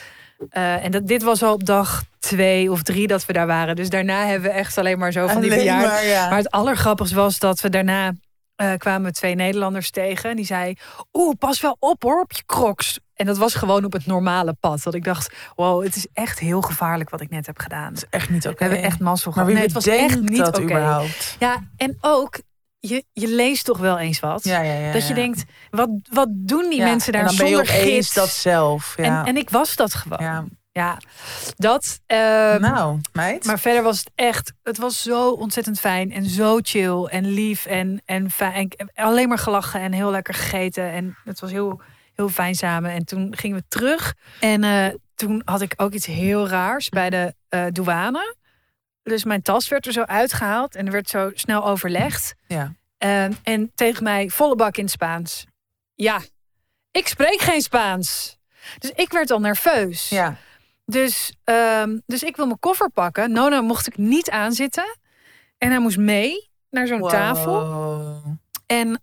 Speaker 1: dit was al op dag 2 of 3 dat we daar waren. Dus daarna hebben we echt alleen maar zo van die bejaarden. Maar het allergrappigste was dat we daarna kwamen 2 Nederlanders tegen. En die zei, pas wel op hoor, op je crocs. En dat was gewoon op het normale pad. Dat ik dacht, wow, het is echt heel gevaarlijk wat ik net heb gedaan. Het
Speaker 2: is echt niet oké.
Speaker 1: We hebben echt mazzel gehad.
Speaker 2: Maar het was echt niet oké. Überhaupt?
Speaker 1: Ja, en ook, je leest toch wel eens wat.
Speaker 2: Ja,
Speaker 1: dat je denkt, wat doen die mensen daar
Speaker 2: en dan
Speaker 1: zonder
Speaker 2: ben je opeens
Speaker 1: gids?
Speaker 2: Dat zelf. Ja.
Speaker 1: En ik was dat gewoon. Ja, dat.
Speaker 2: Meid.
Speaker 1: Maar verder was het echt. Het was zo ontzettend fijn en zo chill en lief en fijn. En alleen maar gelachen en heel lekker gegeten. En het was heel, heel fijn samen. En toen gingen we terug. En toen had ik ook iets heel raars bij de douane. Dus mijn tas werd er zo uitgehaald en er werd zo snel overlegd.
Speaker 2: Ja.
Speaker 1: En tegen mij volle bak in het Spaans. Ja, ik spreek geen Spaans. Dus ik werd al nerveus.
Speaker 2: Ja.
Speaker 1: Dus ik wil mijn koffer pakken. Nona mocht ik niet aanzitten. En hij moest mee naar zo'n tafel. En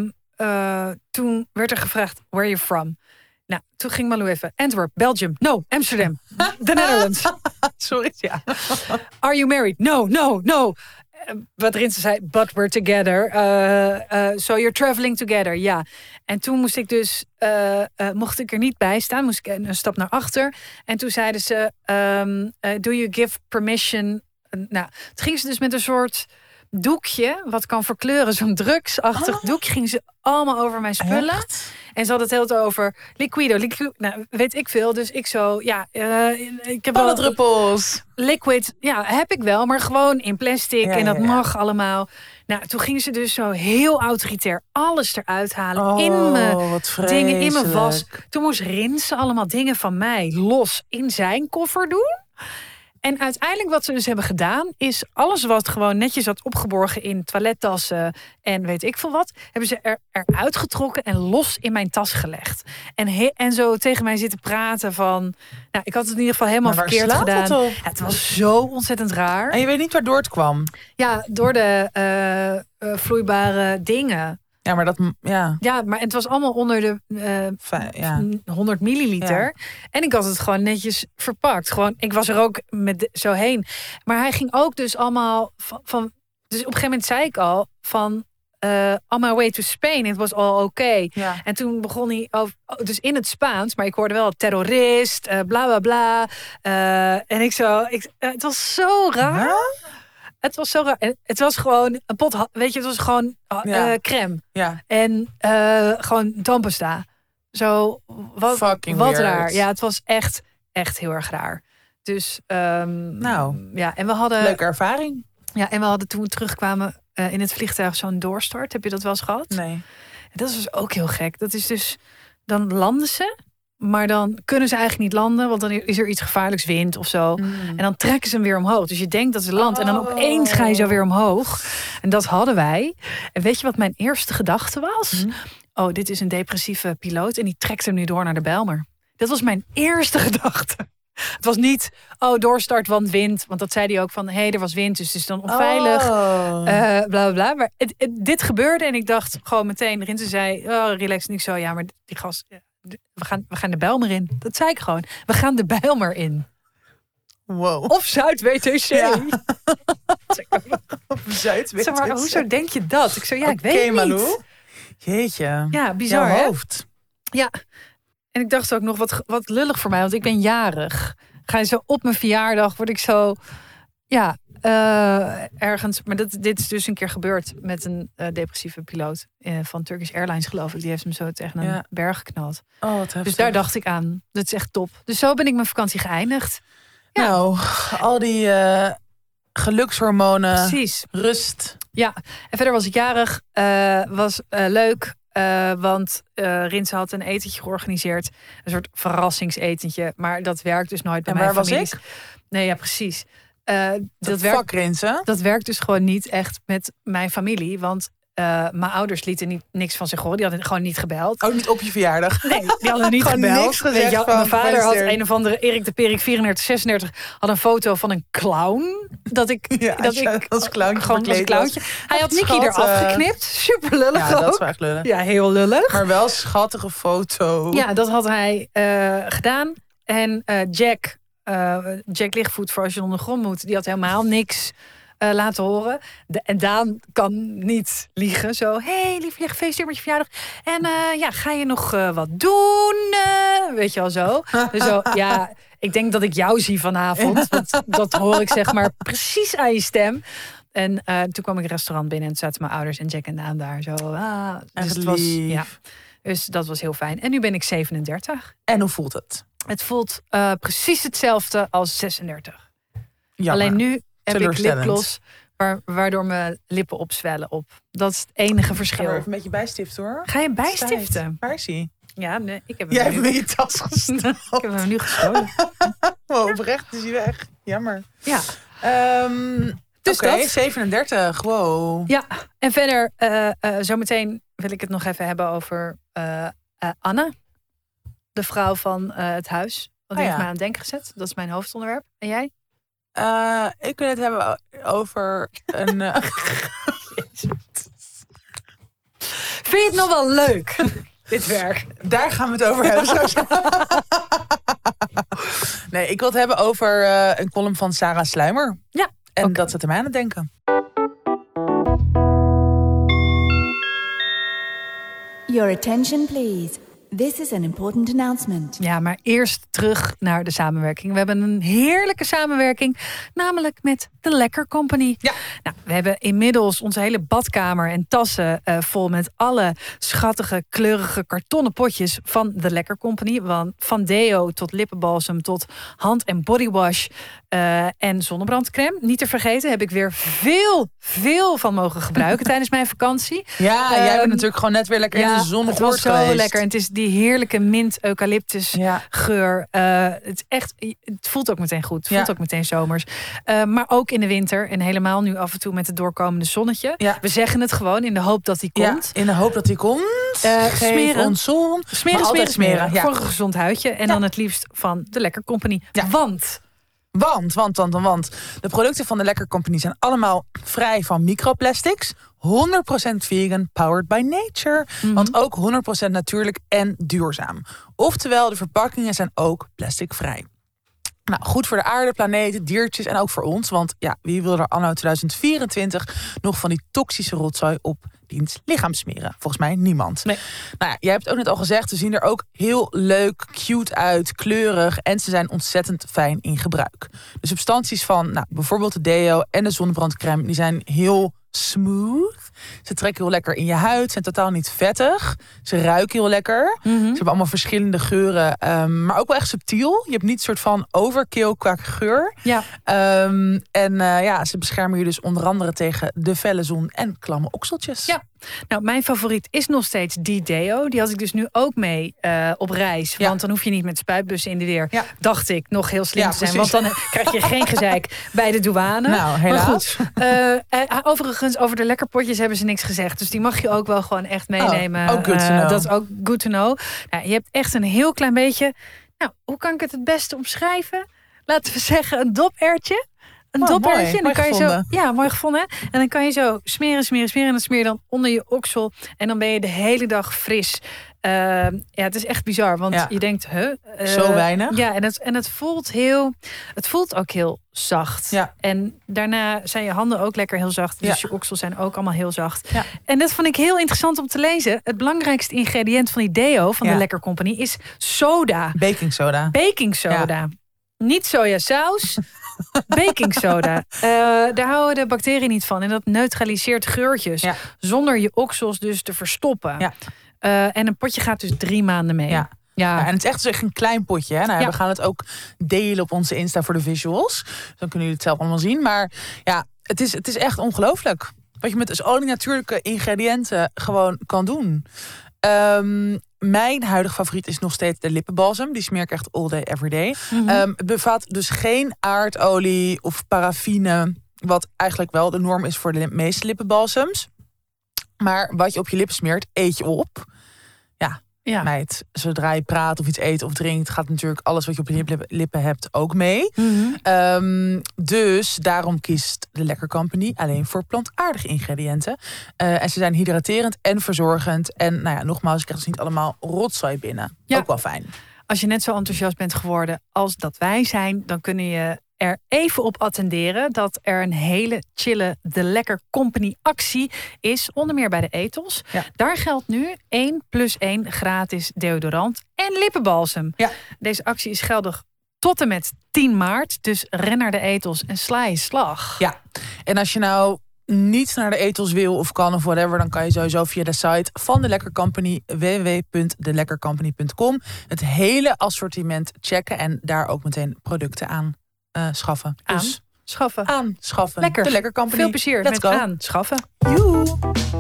Speaker 1: toen werd er gevraagd, where are you from? Nou, toen ging Malou even, Antwerp, Belgium. No, Amsterdam, the Netherlands.
Speaker 2: Sorry, ja.
Speaker 1: Are you married? No. Wat Rinse zei, but we're together. So you're traveling together, ja. En toen moest ik dus, mocht ik er niet bij staan, moest ik een stap naar achter. En toen zeiden ze, do you give permission? Nou, toen ging ze dus met een soort doekje, wat kan verkleuren, zo'n drugsachtig doekje, ging ze allemaal over mijn spullen.
Speaker 2: Echt?
Speaker 1: En ze had het heel over liquido. Nou, weet ik veel. Dus ik zo, ik heb
Speaker 2: wel druppels.
Speaker 1: Liquid, heb ik wel, maar gewoon in plastic. En dat mag allemaal. Nou, toen gingen ze dus zo heel autoritair alles eruit halen. In mijn dingen, in mijn was. Toen moest Rinse allemaal dingen van mij los in zijn koffer doen. En uiteindelijk wat ze dus hebben gedaan, is alles wat gewoon netjes had opgeborgen in toilettassen en weet ik veel wat, hebben ze eruit getrokken en los in mijn tas gelegd. En zo tegen mij zitten praten van, nou, ik had het in ieder geval helemaal verkeerd gedaan. Het was zo ontzettend raar.
Speaker 2: En je weet niet waardoor het kwam?
Speaker 1: Ja, door de vloeibare dingen.
Speaker 2: Ja, maar
Speaker 1: Ja, maar het was allemaal onder de 100 milliliter. Ja. En ik had het gewoon netjes verpakt. Gewoon, ik was er ook zo heen. Maar hij ging ook dus allemaal van. Dus op een gegeven moment zei ik al van on my way to Spain, it was all okay. Ja. En toen begon hij dus in het Spaans, maar ik hoorde wel terrorist, bla bla bla. En het was zo raar. Ja? Het was zo raar. Het was gewoon een pot, weet je, het was gewoon crème.
Speaker 2: Ja.
Speaker 1: En gewoon tandpasta. Zo, wat raar. Ja, het was echt heel erg raar. Dus, ja, en we hadden...
Speaker 2: Leuke ervaring.
Speaker 1: Ja, en we hadden toen we terugkwamen in het vliegtuig zo'n doorstart. Heb je dat wel eens gehad?
Speaker 2: Nee.
Speaker 1: En dat is dus ook heel gek. Dat is dus, dan landen ze, maar dan kunnen ze eigenlijk niet landen, want dan is er iets gevaarlijks, wind of zo. En dan trekken ze hem weer omhoog. Dus je denkt dat ze landt en dan opeens ga je zo weer omhoog. En dat hadden wij. En weet je wat mijn eerste gedachte was? Oh, dit is een depressieve piloot en die trekt hem nu door naar de Bijlmer. Dat was mijn eerste gedachte. Het was niet, doorstart, want wind. Want dat zei hij ook van, er was wind, dus het is dan onveilig. Bla, bla, bla. Maar dit gebeurde en ik dacht gewoon meteen, Rinse zei, relax, niet zo. Ja, maar die gast, we gaan de Bijlmer in. Dat zei ik gewoon. We gaan de Bijlmer in.
Speaker 2: Wow.
Speaker 1: Of Zuid-WTC. Ja.
Speaker 2: Of Zuid-WTC.
Speaker 1: Zeg maar, hoezo denk je dat? Ik zei, ik weet niet.
Speaker 2: Malou. Jeetje.
Speaker 1: Ja, bizar,
Speaker 2: jouw hoofd.
Speaker 1: Ja. En ik dacht ook nog, wat lullig voor mij, want ik ben jarig. Ga je zo op mijn verjaardag, word ik zo... Ja, ergens... Maar dit is dus een keer gebeurd met een depressieve piloot van Turkish Airlines, geloof ik. Die heeft hem zo tegen een berg geknald.
Speaker 2: Oh, wat heftig.
Speaker 1: Dus daar dacht ik aan. Dat is echt top. Dus zo ben ik mijn vakantie geëindigd. Ja.
Speaker 2: Nou, al die gelukshormonen.
Speaker 1: Precies.
Speaker 2: Rust.
Speaker 1: Ja, en verder was ik jarig. Was leuk. Want Rinse had een etentje georganiseerd. Een soort verrassingsetentje. Maar dat werkt dus nooit bij mijn familie.
Speaker 2: En waar was ik?
Speaker 1: Nee, ja, precies.
Speaker 2: Dat
Speaker 1: werkt dus gewoon niet echt met mijn familie. Want mijn ouders lieten niks van zich horen. Die hadden gewoon niet gebeld.
Speaker 2: Ook niet op je verjaardag?
Speaker 1: Nee, die hadden niet gebeld. Mijn vader had een of andere Erik de Perik 34, 36... had een foto van een clown. Dat ik
Speaker 2: als clowntje
Speaker 1: gewoon als clowntje. Hij had Nicky eraf geknipt. Super lullig ook.
Speaker 2: Dat is wel echt lullig.
Speaker 1: Ja, heel lullig.
Speaker 2: Maar wel een schattige foto.
Speaker 1: Ja, dat had hij gedaan. En Jack Lichtvoet, voor als je onder de grond moet... die had helemaal niks laten horen. En Daan kan niet liegen. Zo, liefje, gefeliciteerd met je verjaardag. En ga je nog wat doen? Weet je wel zo. Dus zo, ja, ik denk dat ik jou zie vanavond. Want dat hoor ik zeg maar precies aan je stem. En toen kwam ik het restaurant binnen en zaten mijn ouders en Jack en Daan daar. Zo, dus dat was heel fijn. En nu ben ik 37.
Speaker 2: En hoe voelt het?
Speaker 1: Het voelt precies hetzelfde als 36.
Speaker 2: Jammer.
Speaker 1: Alleen nu heb ik lipgloss waardoor mijn lippen opzwellen op. Dat is het enige verschil.
Speaker 2: Ga er even een beetje bijstiften hoor.
Speaker 1: Ga je bijstiften?
Speaker 2: Waar is hij?
Speaker 1: Ja, nee, ik heb
Speaker 2: hem. Jij hebt hem in je tas gestolen.
Speaker 1: Ik heb hem nu gestolen.
Speaker 2: Oprecht is hij weg. Jammer.
Speaker 1: Ja.
Speaker 2: Dus dat 37, wow.
Speaker 1: Ja, en verder zometeen wil ik het nog even hebben over Anne. De vrouw van het huis. Dat heeft mij aan het denken gezet. Dat is mijn hoofdonderwerp. En jij?
Speaker 2: Ik wil het hebben over een...
Speaker 1: Vind je het nog wel leuk, dit werk?
Speaker 2: Daar gaan we het over hebben. Nee, ik wil het hebben over een column van Sarah Sluimer.
Speaker 1: Ja.
Speaker 2: En dat zet mij aan het denken.
Speaker 3: Your attention please. This is an important announcement.
Speaker 1: Ja, maar eerst terug naar de samenwerking. We hebben een heerlijke samenwerking, namelijk met The Lekker Company.
Speaker 2: Ja.
Speaker 1: Nou, we hebben inmiddels onze hele badkamer en tassen vol met alle schattige, kleurige kartonnen potjes van The Lekker Company. Van deo tot lippenbalsem tot hand- en bodywash en zonnebrandcrème. Niet te vergeten, heb ik weer veel van mogen gebruiken tijdens mijn vakantie.
Speaker 2: Ja, jij bent natuurlijk gewoon net weer lekker in de zon.
Speaker 1: Het was zo lekker. En het is die heerlijke mint-eucalyptus geur. Het voelt ook meteen goed. Het voelt ook meteen zomers. Maar ook in de winter. En helemaal nu af en toe met het doorkomende zonnetje. Ja. We zeggen het gewoon in de hoop dat die komt.
Speaker 2: In de hoop dat die komt.
Speaker 1: Smeren.
Speaker 2: Ons zon.
Speaker 1: Smeren. Ja. Voor een gezond huidje. En dan het liefst van de Lekker Company. Ja. Want
Speaker 2: de producten van de Lekker Company zijn allemaal vrij van microplastics. 100% vegan, powered by nature. Mm-hmm. Want ook 100% natuurlijk en duurzaam. Oftewel, de verpakkingen zijn ook plasticvrij. Nou, goed voor de aarde, planeet, diertjes en ook voor ons. Want ja, wie wil er anno 2024 nog van die toxische rotzooi op diens lichaam smeren? Volgens mij niemand. Nee. Nou ja, jij hebt het ook net al gezegd, ze zien er ook heel leuk, cute uit, kleurig en ze zijn ontzettend fijn in gebruik. De substanties van bijvoorbeeld de deo en de zonnebrandcrème, die zijn heel smooth. Ze trekken heel lekker in je huid, zijn totaal niet vettig. Ze ruiken heel lekker. Mm-hmm. Ze hebben allemaal verschillende geuren, maar ook wel echt subtiel. Je hebt niet een soort van overkill qua geur.
Speaker 1: Ja.
Speaker 2: Ze beschermen je dus onder andere tegen de felle zon en klamme okseltjes.
Speaker 1: Ja, Nou, mijn favoriet is nog steeds die deo. Die had ik dus nu ook mee op reis. Want dan hoef je niet met spuitbussen in de weer. Ja. Dacht ik, nog heel slim te zijn.
Speaker 2: Precies.
Speaker 1: Want dan krijg je geen gezeik bij de douane.
Speaker 2: Nou, helaas.
Speaker 1: Maar goed, overigens, over de lekkerpotjes hebben ze niks gezegd. Dus die mag je ook wel gewoon echt meenemen.
Speaker 2: Ook good to know.
Speaker 1: Dat is ook good to know. Nou, je hebt echt een heel klein beetje... Nou, hoe kan ik het beste omschrijven? Laten we zeggen, een doperwtje. Een doperwtje. En dan kan je zo, ja, mooi gevonden. En dan kan je zo smeren. En dan smeer je dan onder je oksel. En dan ben je de hele dag fris. Het is echt bizar. Want je denkt,
Speaker 2: zo weinig.
Speaker 1: Ja, en het voelt ook heel zacht. Ja. En daarna zijn je handen ook lekker heel zacht. Dus je oksels zijn ook allemaal heel zacht. Ja. En dat vond ik heel interessant om te lezen. Het belangrijkste ingrediënt van die deo van de Lekker Company is soda.
Speaker 2: Baking soda.
Speaker 1: Ja. Niet sojasaus. Baking soda. Daar houden de bacteriën niet van. En dat neutraliseert geurtjes. Ja. Zonder je oksels dus te verstoppen. Ja. En een potje gaat dus 3 maanden mee. Ja.
Speaker 2: Ja, en het is echt een klein potje. Hè? Nou, we gaan het ook delen op onze Insta voor de visuals. Dan kunnen jullie het zelf allemaal zien. Maar ja, het is echt ongelooflijk. Wat je met dus al die natuurlijke ingrediënten gewoon kan doen. Mijn huidige favoriet is nog steeds de lippenbalsem. Die smeer ik echt all day, every day. Het bevat dus geen aardolie of paraffine. Wat eigenlijk wel de norm is voor de meeste lippenbalsems. Maar wat je op je lippen smeert, eet je op. Ja, meid. Zodra je praat of iets eet of drinkt... gaat natuurlijk alles wat je op je lippen hebt ook mee. Dus daarom kiest de Lekker Company alleen voor plantaardige ingrediënten. En ze zijn hydraterend en verzorgend. En nogmaals, je krijgt dus niet allemaal rotzooi binnen. Ja. Ook wel fijn.
Speaker 1: Als je net zo enthousiast bent geworden als dat wij zijn... dan kunnen je er even op attenderen dat er een hele chille De Lekker Company actie is. Onder meer bij de Ethos. Ja. Daar geldt nu 1+1 gratis deodorant en lippenbalsem. Ja. Deze actie is geldig tot en met 10 maart. Dus ren naar de Ethos en sla je slag.
Speaker 2: Ja, en als je nou niet naar de Ethos wil of kan of whatever... dan kan je sowieso via de site van de Lekker Company... www.delekkercompany.com het hele assortiment checken... en daar ook meteen producten aan schaffen. Dus aanschaffen.
Speaker 1: Lekker.
Speaker 2: De Lekker Company.
Speaker 1: Veel plezier met aanschaffen.
Speaker 2: Joe.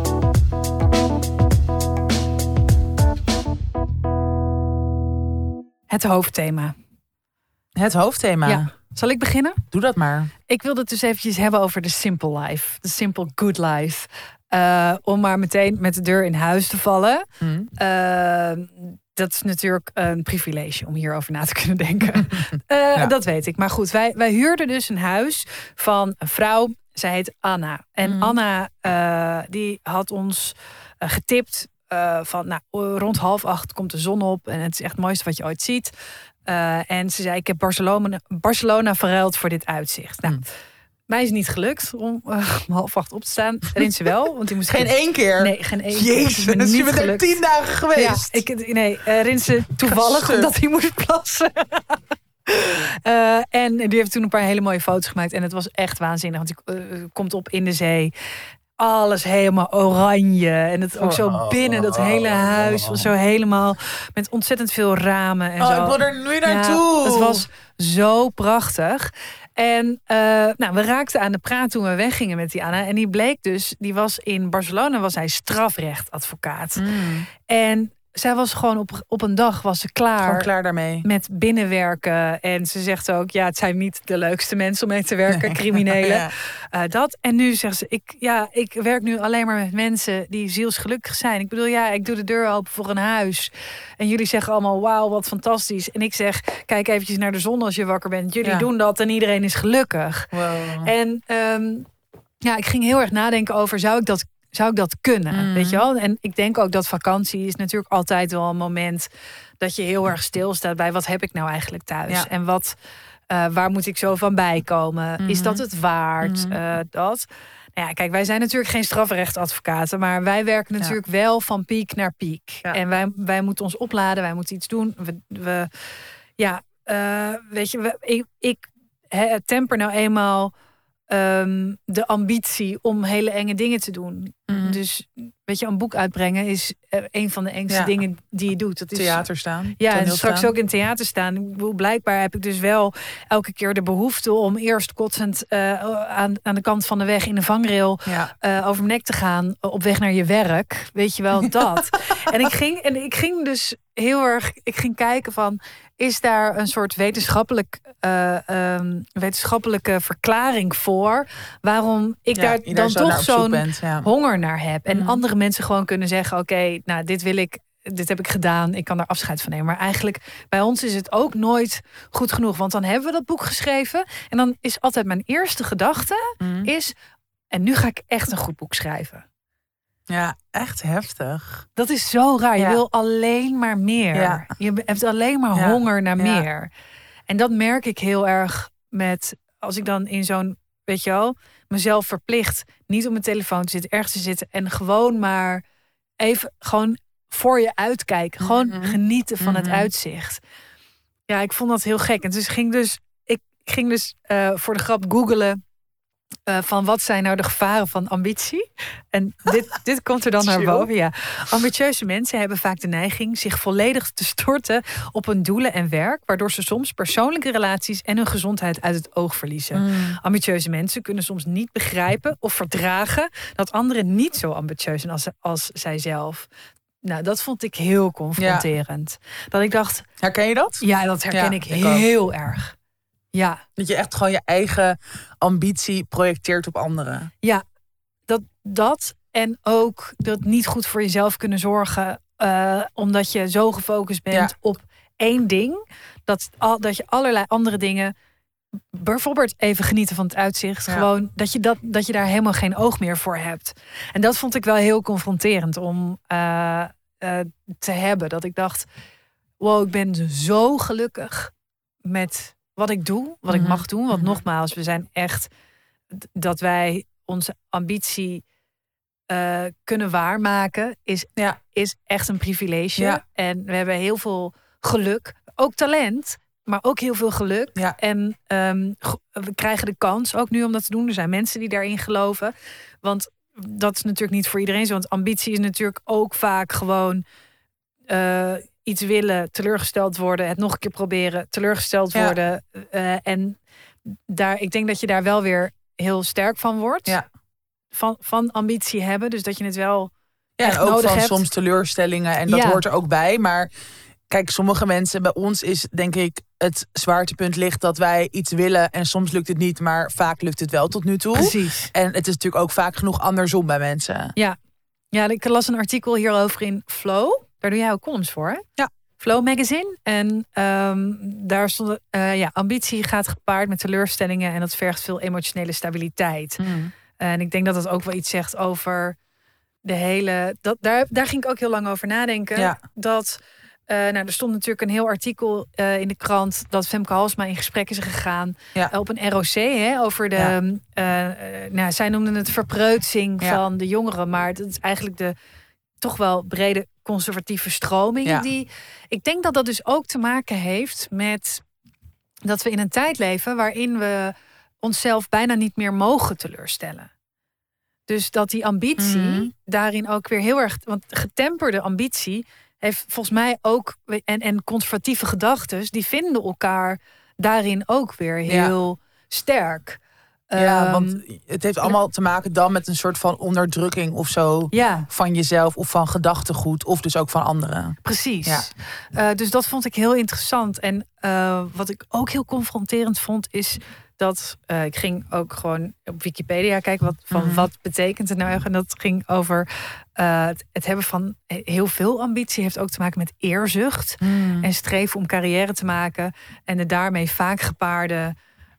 Speaker 1: Het hoofdthema.
Speaker 2: Ja.
Speaker 1: Zal ik beginnen?
Speaker 2: Doe dat maar.
Speaker 1: Ik wilde het dus eventjes hebben over de simple life. De simple good life. Om maar meteen met de deur in huis te vallen. Dat is natuurlijk een privilege om hierover na te kunnen denken. Dat weet ik. Maar goed, wij huurden dus een huis van een vrouw. Zij heet Anna. En Anna die had ons getipt van rond 7:30 komt de zon op. En het is echt het mooiste wat je ooit ziet. En ze zei, ik heb Barcelona verruild voor dit uitzicht. Nou, mij is niet gelukt om 7:30 op te staan. Rinse wel, want die moest...
Speaker 2: Geen 1 keer?
Speaker 1: Nee, geen 1 keer.
Speaker 2: Jezus, je bent er 10 dagen geweest.
Speaker 1: Ja, Rinse toevallig, omdat hij moest plassen. En die heeft toen een paar hele mooie foto's gemaakt. En het was echt waanzinnig, want hij komt op in de zee. Alles helemaal oranje. En het ook zo binnen, dat hele huis was zo helemaal met ontzettend veel ramen. En zo.
Speaker 2: Ik wil er nu naartoe.
Speaker 1: Het was zo prachtig. En we raakten aan de praat toen we weggingen met die Anna. En die bleek dus, die was in Barcelona, was hij strafrechtadvocaat. En zij was gewoon op een dag was ze klaar.
Speaker 2: Gewoon klaar daarmee.
Speaker 1: Met binnenwerken. En ze zegt ook, het zijn niet de leukste mensen om mee te werken, criminelen. Dat. En nu zegt ze, ik werk nu alleen maar met mensen die zielsgelukkig zijn. Ik bedoel, ik doe de deur open voor een huis. En jullie zeggen allemaal, wauw, wat fantastisch. En ik zeg, kijk eventjes naar de zon als je wakker bent. Jullie doen dat en iedereen is gelukkig. Wow. En ik ging heel erg nadenken over, zou ik dat kunnen, weet je wel? En ik denk ook dat vakantie is natuurlijk altijd wel een moment dat je heel erg stilstaat bij wat heb ik nou eigenlijk thuis? Ja. En waar moet ik zo van bijkomen? Is dat het waard? Dat? Nou ja, kijk, wij zijn natuurlijk geen strafrechtadvocaten, maar wij werken natuurlijk wel van piek naar piek. Ja. En wij moeten ons opladen, wij moeten iets doen. Weet je, ik temper nou eenmaal de ambitie om hele enge dingen te doen.
Speaker 2: Mhm.
Speaker 1: Dus weet je, een boek uitbrengen is een van de engste dingen die je doet. Dat is
Speaker 2: Theater staan.
Speaker 1: Ja, en
Speaker 2: toneel
Speaker 1: straks
Speaker 2: staan.
Speaker 1: ook in theater staan. Ik bedoel, blijkbaar heb ik dus wel elke keer de behoefte om eerst kotsend aan de kant van de weg in de vangrail over mijn nek te gaan op weg naar je werk. Weet je wel, dat. En ik ging dus heel erg. Ik ging kijken van, is daar een soort wetenschappelijke verklaring voor waarom ik daar dan
Speaker 2: zo
Speaker 1: toch zo'n honger naar heb. En andere mensen gewoon kunnen zeggen, oké, nou, dit heb ik gedaan, ik kan daar afscheid van nemen. Maar eigenlijk bij ons is het ook nooit goed genoeg. Want dan hebben we dat boek geschreven. En dan is altijd mijn eerste gedachte is, en nu ga ik echt een goed boek schrijven.
Speaker 2: Ja, echt heftig.
Speaker 1: Dat is zo raar. Je wil alleen maar meer.
Speaker 2: Ja.
Speaker 1: Je hebt alleen maar honger naar meer. En dat merk ik heel erg met, als ik dan in zo'n, weet je wel, mezelf verplicht niet op mijn telefoon te zitten, ergens te zitten en gewoon maar even gewoon voor je uitkijken. Gewoon genieten van het uitzicht. Ja, ik vond dat heel gek. En dus ik ging dus voor de grap googelen van wat zijn nou de gevaren van ambitie. En dit komt er dan naar boven. Ja. Ambitieuze mensen hebben vaak de neiging zich volledig te storten op hun doelen en werk, waardoor ze soms persoonlijke relaties en hun gezondheid uit het oog verliezen. Ambitieuze mensen kunnen soms niet begrijpen of verdragen dat anderen niet zo ambitieus zijn als zijzelf. Nou, dat vond ik heel confronterend. Dat ik dacht,
Speaker 2: herken je dat?
Speaker 1: Ja, dat herken ik heel erg. Ja.
Speaker 2: Dat je echt gewoon je eigen ambitie projecteert op anderen.
Speaker 1: Ja, dat en ook dat niet goed voor jezelf kunnen zorgen, omdat je zo gefocust bent op één ding, dat je allerlei andere dingen, bijvoorbeeld even genieten van het uitzicht, gewoon dat je daar helemaal geen oog meer voor hebt. En dat vond ik wel heel confronterend om te hebben. Dat ik dacht, wow, ik ben zo gelukkig met wat ik doe, wat ik mag doen. Want nogmaals, we zijn echt, dat wij onze ambitie kunnen waarmaken, is echt een privilege. Ja. En we hebben heel veel geluk, ook talent, maar ook heel veel geluk. Ja. En we krijgen de kans ook nu om dat te doen. Er zijn mensen die daarin geloven. Want dat is natuurlijk niet voor iedereen zo. Want ambitie is natuurlijk ook vaak gewoon iets willen, teleurgesteld worden, het nog een keer proberen, teleurgesteld worden. En ik denk dat je daar wel weer heel sterk van wordt. Ja. Van ambitie hebben. Dus dat je het wel echt
Speaker 2: en ook
Speaker 1: nodig
Speaker 2: van
Speaker 1: hebt.
Speaker 2: Soms teleurstellingen. En dat hoort er ook bij. Maar kijk, sommige mensen, bij ons is denk ik het zwaartepunt ligt dat wij iets willen en soms lukt het niet, maar vaak lukt het wel tot nu toe.
Speaker 1: Precies.
Speaker 2: En het is natuurlijk ook vaak genoeg andersom bij mensen.
Speaker 1: Ja, ik las een artikel hierover in Flow. Daar doe jij ook columns voor, hè?
Speaker 2: Ja.
Speaker 1: Flow Magazine. En daar stond ambitie gaat gepaard met teleurstellingen en dat vergt veel emotionele stabiliteit. En ik denk dat dat ook wel iets zegt over de hele. Daar ging ik ook heel lang over nadenken. Ja. Dat er stond natuurlijk een heel artikel in de krant dat Femke Halsema in gesprek is gegaan op een ROC over de. Zij noemden het verpreutsing van de jongeren, maar dat is eigenlijk de toch wel brede conservatieve stroming. Ja. Ik denk dat dat dus ook te maken heeft met dat we in een tijd leven waarin we onszelf bijna niet meer mogen teleurstellen. Dus dat die ambitie daarin ook weer heel erg, want getemperde ambitie heeft volgens mij ook, en conservatieve gedachtes, die vinden elkaar daarin ook weer heel sterk.
Speaker 2: Ja, want het heeft allemaal te maken dan met een soort van onderdrukking of zo van jezelf of van gedachtegoed of dus ook van anderen.
Speaker 1: Precies. Ja. Dus dat vond ik heel interessant. En wat ik ook heel confronterend vond is dat ik ging ook gewoon op Wikipedia kijken wat betekent het nou echt. En dat ging over het hebben van heel veel ambitie heeft ook te maken met eerzucht en streven om carrière te maken en de daarmee vaak gepaarde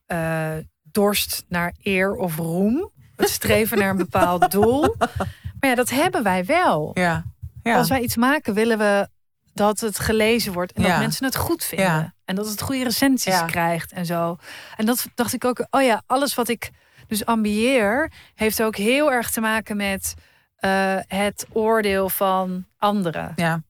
Speaker 1: dorst naar eer of roem. Het streven naar een bepaald doel. Maar ja, dat hebben wij wel. Ja. Als wij iets maken, willen we dat het gelezen wordt. En dat mensen het goed vinden. Ja. En dat het goede recensies krijgt en zo. En dat dacht ik ook. Alles wat ik dus ambieer, heeft ook heel erg te maken met het oordeel van anderen. Ja.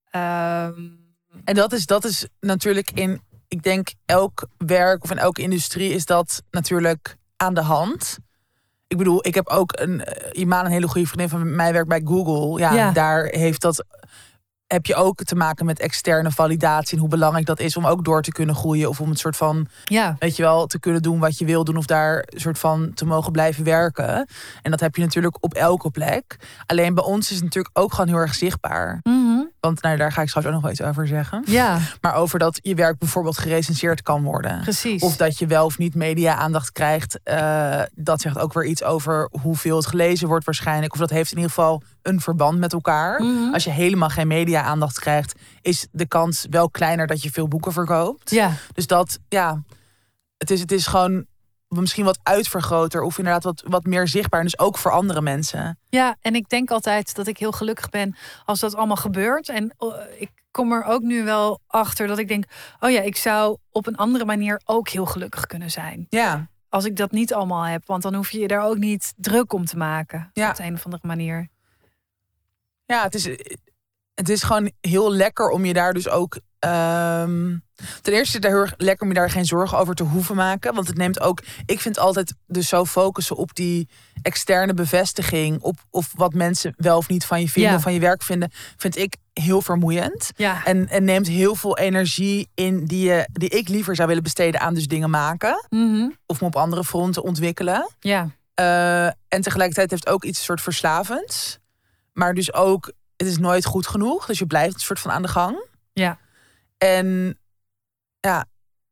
Speaker 2: En dat is natuurlijk in, ik denk, elk werk of in elke industrie is dat natuurlijk aan de hand. Ik bedoel, ik heb ook Iman, een hele goede vriendin van mij, werkt bij Google. Ja. Daar heb je ook te maken met externe validatie en hoe belangrijk dat is om ook door te kunnen groeien of om het soort van, weet je wel, te kunnen doen wat je wil doen of daar soort van te mogen blijven werken. En dat heb je natuurlijk op elke plek. Alleen bij ons is het natuurlijk ook gewoon heel erg zichtbaar.
Speaker 1: Mm-hmm.
Speaker 2: Want daar ga ik straks ook nog wel iets over zeggen.
Speaker 1: Ja.
Speaker 2: Maar over dat je werk bijvoorbeeld gerecenseerd kan worden.
Speaker 1: Precies.
Speaker 2: Of dat je wel of niet media-aandacht krijgt. Dat zegt ook weer iets over hoeveel het gelezen wordt waarschijnlijk. Of dat heeft in ieder geval een verband met elkaar.
Speaker 1: Mm-hmm.
Speaker 2: Als je helemaal geen media-aandacht krijgt, is de kans wel kleiner dat je veel boeken verkoopt.
Speaker 1: Ja.
Speaker 2: Dus het is gewoon misschien wat uitvergroter of inderdaad wat meer zichtbaar. En dus ook voor andere mensen.
Speaker 1: Ja, en ik denk altijd dat ik heel gelukkig ben als dat allemaal gebeurt. En ik kom er ook nu wel achter dat ik denk, ik zou op een andere manier ook heel gelukkig kunnen zijn.
Speaker 2: Ja.
Speaker 1: Als ik dat niet allemaal heb, want dan hoef je je daar ook niet druk om te maken.
Speaker 2: Ja.
Speaker 1: Op de een of andere manier.
Speaker 2: Ja, het is gewoon heel lekker om je daar dus ook. Ten eerste is het heel erg lekker om je daar geen zorgen over te hoeven maken. Want het neemt ook. Ik vind altijd dus zo focussen op die externe bevestiging. Of wat mensen wel of niet van je vinden, of van je werk vinden. Vind ik heel vermoeiend.
Speaker 1: Ja.
Speaker 2: En neemt heel veel energie in die ik liever zou willen besteden aan dus dingen maken.
Speaker 1: Mm-hmm.
Speaker 2: Of me op andere fronten ontwikkelen.
Speaker 1: Ja.
Speaker 2: En tegelijkertijd heeft het ook iets soort verslavends. Maar dus ook, het is nooit goed genoeg. Dus je blijft een soort van aan de gang.
Speaker 1: Ja.
Speaker 2: En ja.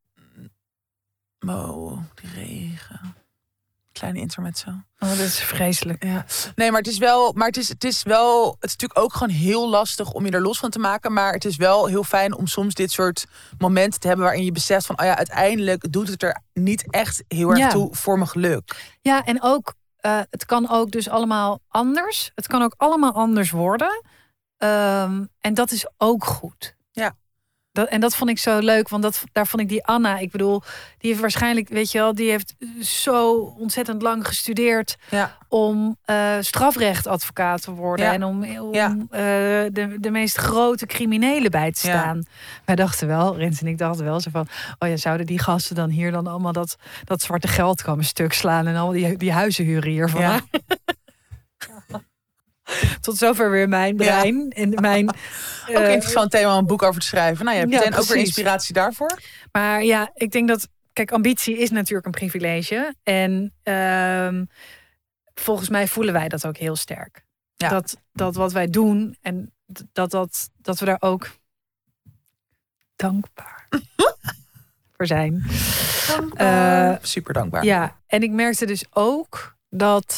Speaker 2: Oh, die regen. Kleine intermezzo.
Speaker 1: Oh, dat is vreselijk.
Speaker 2: Ja. Nee, maar het is wel. Maar het is natuurlijk ook gewoon heel lastig om je er los van te maken. Maar het is wel heel fijn om soms dit soort momenten te hebben waarin je beseft van, uiteindelijk doet het er niet echt heel erg toe voor mijn geluk.
Speaker 1: Ja, en ook het kan ook dus allemaal anders. Het kan ook allemaal anders worden. En dat is ook goed.
Speaker 2: Ja.
Speaker 1: En dat vond ik zo leuk, want daar vond ik die Anna, ik bedoel, die heeft waarschijnlijk, weet je wel, die heeft zo ontzettend lang gestudeerd om strafrechtadvocaat te worden en om de meest grote criminelen bij te staan. Ja. Wij dachten wel, Rens en ik dachten wel zo van, zouden die gasten dan hier dan allemaal dat zwarte geld komen stuk slaan en al die huizen huren hiervan? Ja. Tot zover weer mijn brein. En mijn,
Speaker 2: ook een interessant thema om een boek over te schrijven. Nou, je hebt meteen ook weer inspiratie daarvoor.
Speaker 1: Maar ja, ik denk dat, kijk, ambitie is natuurlijk een privilege. En volgens mij voelen wij dat ook heel sterk. Ja. Dat wat wij doen en dat we daar ook dankbaar voor zijn.
Speaker 2: Super dankbaar.
Speaker 1: Ja, en ik merkte dus ook dat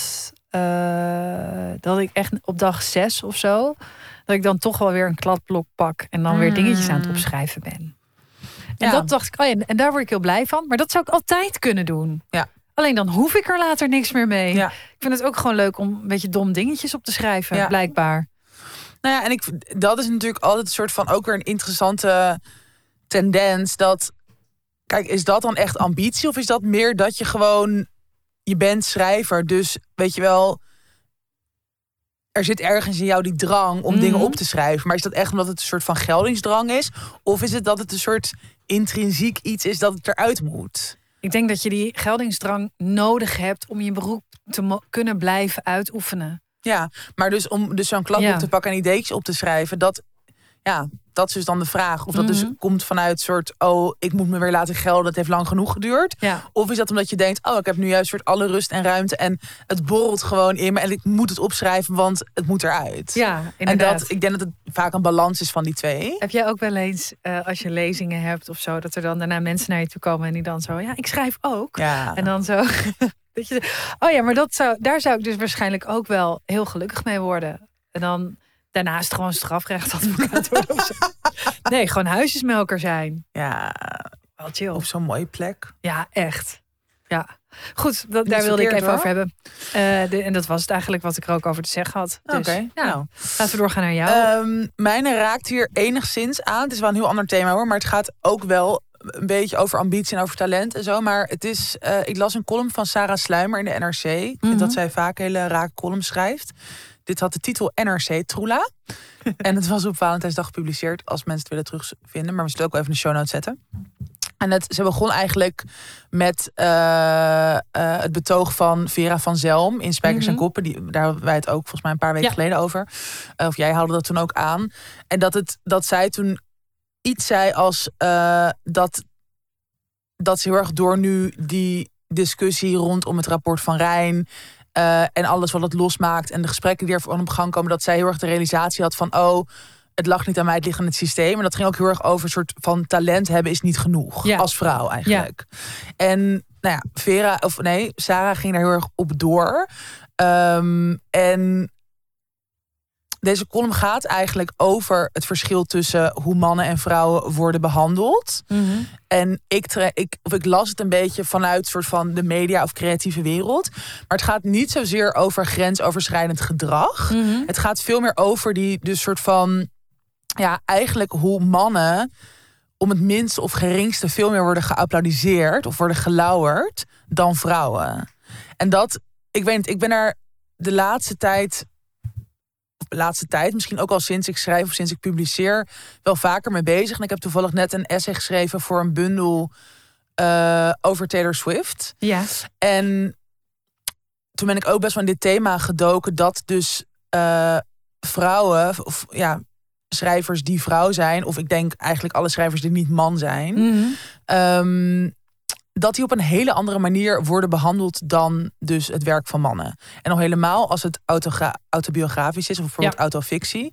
Speaker 1: ik echt op dag 6 of zo, dat ik dan toch wel weer een kladblok pak en dan weer dingetjes aan het opschrijven ben. En dat dacht ik, en daar word ik heel blij van. Maar dat zou ik altijd kunnen doen.
Speaker 2: Ja.
Speaker 1: Alleen dan hoef ik er later niks meer mee.
Speaker 2: Ja.
Speaker 1: Ik vind het ook gewoon leuk om een beetje dom dingetjes op te schrijven, blijkbaar.
Speaker 2: Nou ja, en dat is natuurlijk altijd een soort van ook weer een interessante tendens. Dat, kijk, is dat dan echt ambitie? Of is dat meer dat je gewoon, je bent schrijver, dus weet je wel, er zit ergens in jou die drang om dingen op te schrijven. Maar is dat echt omdat het een soort van geldingsdrang is? Of is het dat het een soort intrinsiek iets is dat het eruit moet?
Speaker 1: Ik denk dat je die geldingsdrang nodig hebt om je beroep te kunnen blijven uitoefenen.
Speaker 2: Ja, maar dus om dus zo'n kladblok te pakken en ideetjes op te schrijven, dat is dus dan de vraag. Of dat dus komt vanuit soort, ik moet me weer laten gelden, dat heeft lang genoeg geduurd. Ja. Of is dat omdat je denkt, ik heb nu juist soort alle rust en ruimte en het borrelt gewoon in me en ik moet het opschrijven, want het moet eruit.
Speaker 1: Ja, inderdaad.
Speaker 2: En ik denk dat het vaak een balans is van die twee.
Speaker 1: Heb jij ook wel eens, als je lezingen hebt of zo, dat er dan daarna mensen naar je toe komen en die dan zo, ik schrijf ook. Ja. En dan zo, dat je, maar daar zou ik dus waarschijnlijk ook wel heel gelukkig mee worden. En dan daarnaast gewoon strafrechtadvocaat worden of zo. Nee, gewoon huisjesmelker zijn.
Speaker 2: Ja.
Speaker 1: Wel chill.
Speaker 2: Op zo'n mooie plek.
Speaker 1: Ja, echt. Ja. Goed, daar wilde ik even over hebben. En dat was het eigenlijk wat ik er ook over te zeggen had. Dus, nou, laten we doorgaan naar jou.
Speaker 2: Mijne raakt hier enigszins aan. Het is wel een heel ander thema hoor. Maar het gaat ook wel een beetje over ambitie en over talent en zo. Maar het is, ik las een column van Sarah Sluimer in de NRC. Ik vind dat zij vaak hele rake columns schrijft. Dit had de titel NRC Troela. En het was op Valentijnsdag gepubliceerd, als mensen het willen terugvinden. Maar we zullen ook wel even een show notes zetten. En ze begon eigenlijk met het betoog van Vera van Zelm in Spijkers en Koppen. Daar hadden wij het ook volgens mij een paar weken geleden over. Of jij haalde dat toen ook aan. En dat zij toen iets zei als dat ze heel erg door nu die discussie rondom het rapport van Rijn en alles wat het losmaakt en de gesprekken die er op gang komen, dat zij heel erg de realisatie had van het lag niet aan mij, het ligt aan het systeem. En dat ging ook heel erg over een soort van talent hebben is niet genoeg. Als vrouw eigenlijk. Ja. En Sarah ging daar heel erg op door. En deze column gaat eigenlijk over het verschil tussen hoe mannen en vrouwen worden behandeld. Mm-hmm. En ik las het een beetje vanuit soort van de media of creatieve wereld. Maar het gaat niet zozeer over grensoverschrijdend gedrag. Mm-hmm. Het gaat veel meer over die dus soort van eigenlijk hoe mannen om het minste of geringste veel meer worden geapplaudiseerd of worden gelauwerd dan vrouwen. En dat, ik weet niet, ik ben er de laatste tijd, misschien ook al sinds ik schrijf of sinds ik publiceer, wel vaker mee bezig. En ik heb toevallig net een essay geschreven voor een bundel over Taylor Swift. Ja. En toen ben ik ook best wel in dit thema gedoken dat dus vrouwen schrijvers die vrouw zijn, of ik denk eigenlijk alle schrijvers die niet man zijn, dat die op een hele andere manier worden behandeld dan dus het werk van mannen. En nog helemaal als het autobiografisch is, of bijvoorbeeld autofictie.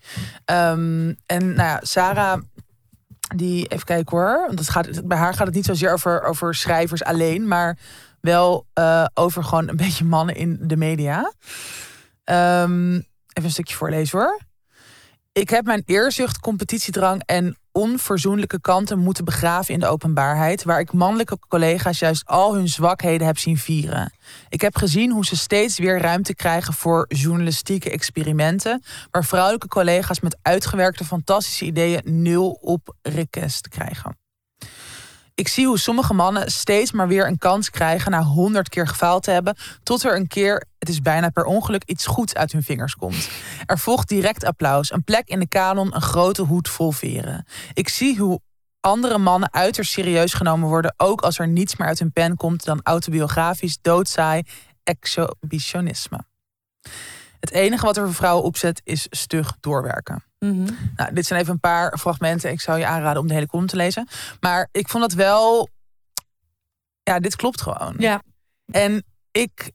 Speaker 2: Sarah, die, even kijken hoor, want bij haar gaat het niet zozeer over schrijvers alleen, maar wel over gewoon een beetje mannen in de media. Even een stukje voorlezen hoor. Ik heb mijn eerzucht, competitiedrang en onverzoenlijke kanten moeten begraven in de openbaarheid, waar ik mannelijke collega's juist al hun zwakheden heb zien vieren. Ik heb gezien hoe ze steeds weer ruimte krijgen voor journalistieke experimenten, waar vrouwelijke collega's met uitgewerkte fantastische ideeën 0 op request krijgen. Ik zie hoe sommige mannen steeds maar weer een kans krijgen na 100 keer gefaald te hebben, tot er een keer, het is bijna per ongeluk, iets goeds uit hun vingers komt. Er volgt direct applaus, een plek in de kanon, een grote hoed vol veren. Ik zie hoe andere mannen uiterst serieus genomen worden, ook als er niets meer uit hun pen komt dan autobiografisch, doodsaai exhibitionisme. Het enige wat er voor vrouwen opzet is stug doorwerken. Mm-hmm. Nou, dit zijn even een paar fragmenten. Ik zou je aanraden om de hele column te lezen. Maar ik vond het wel... Ja, dit klopt gewoon. Ja. En ik...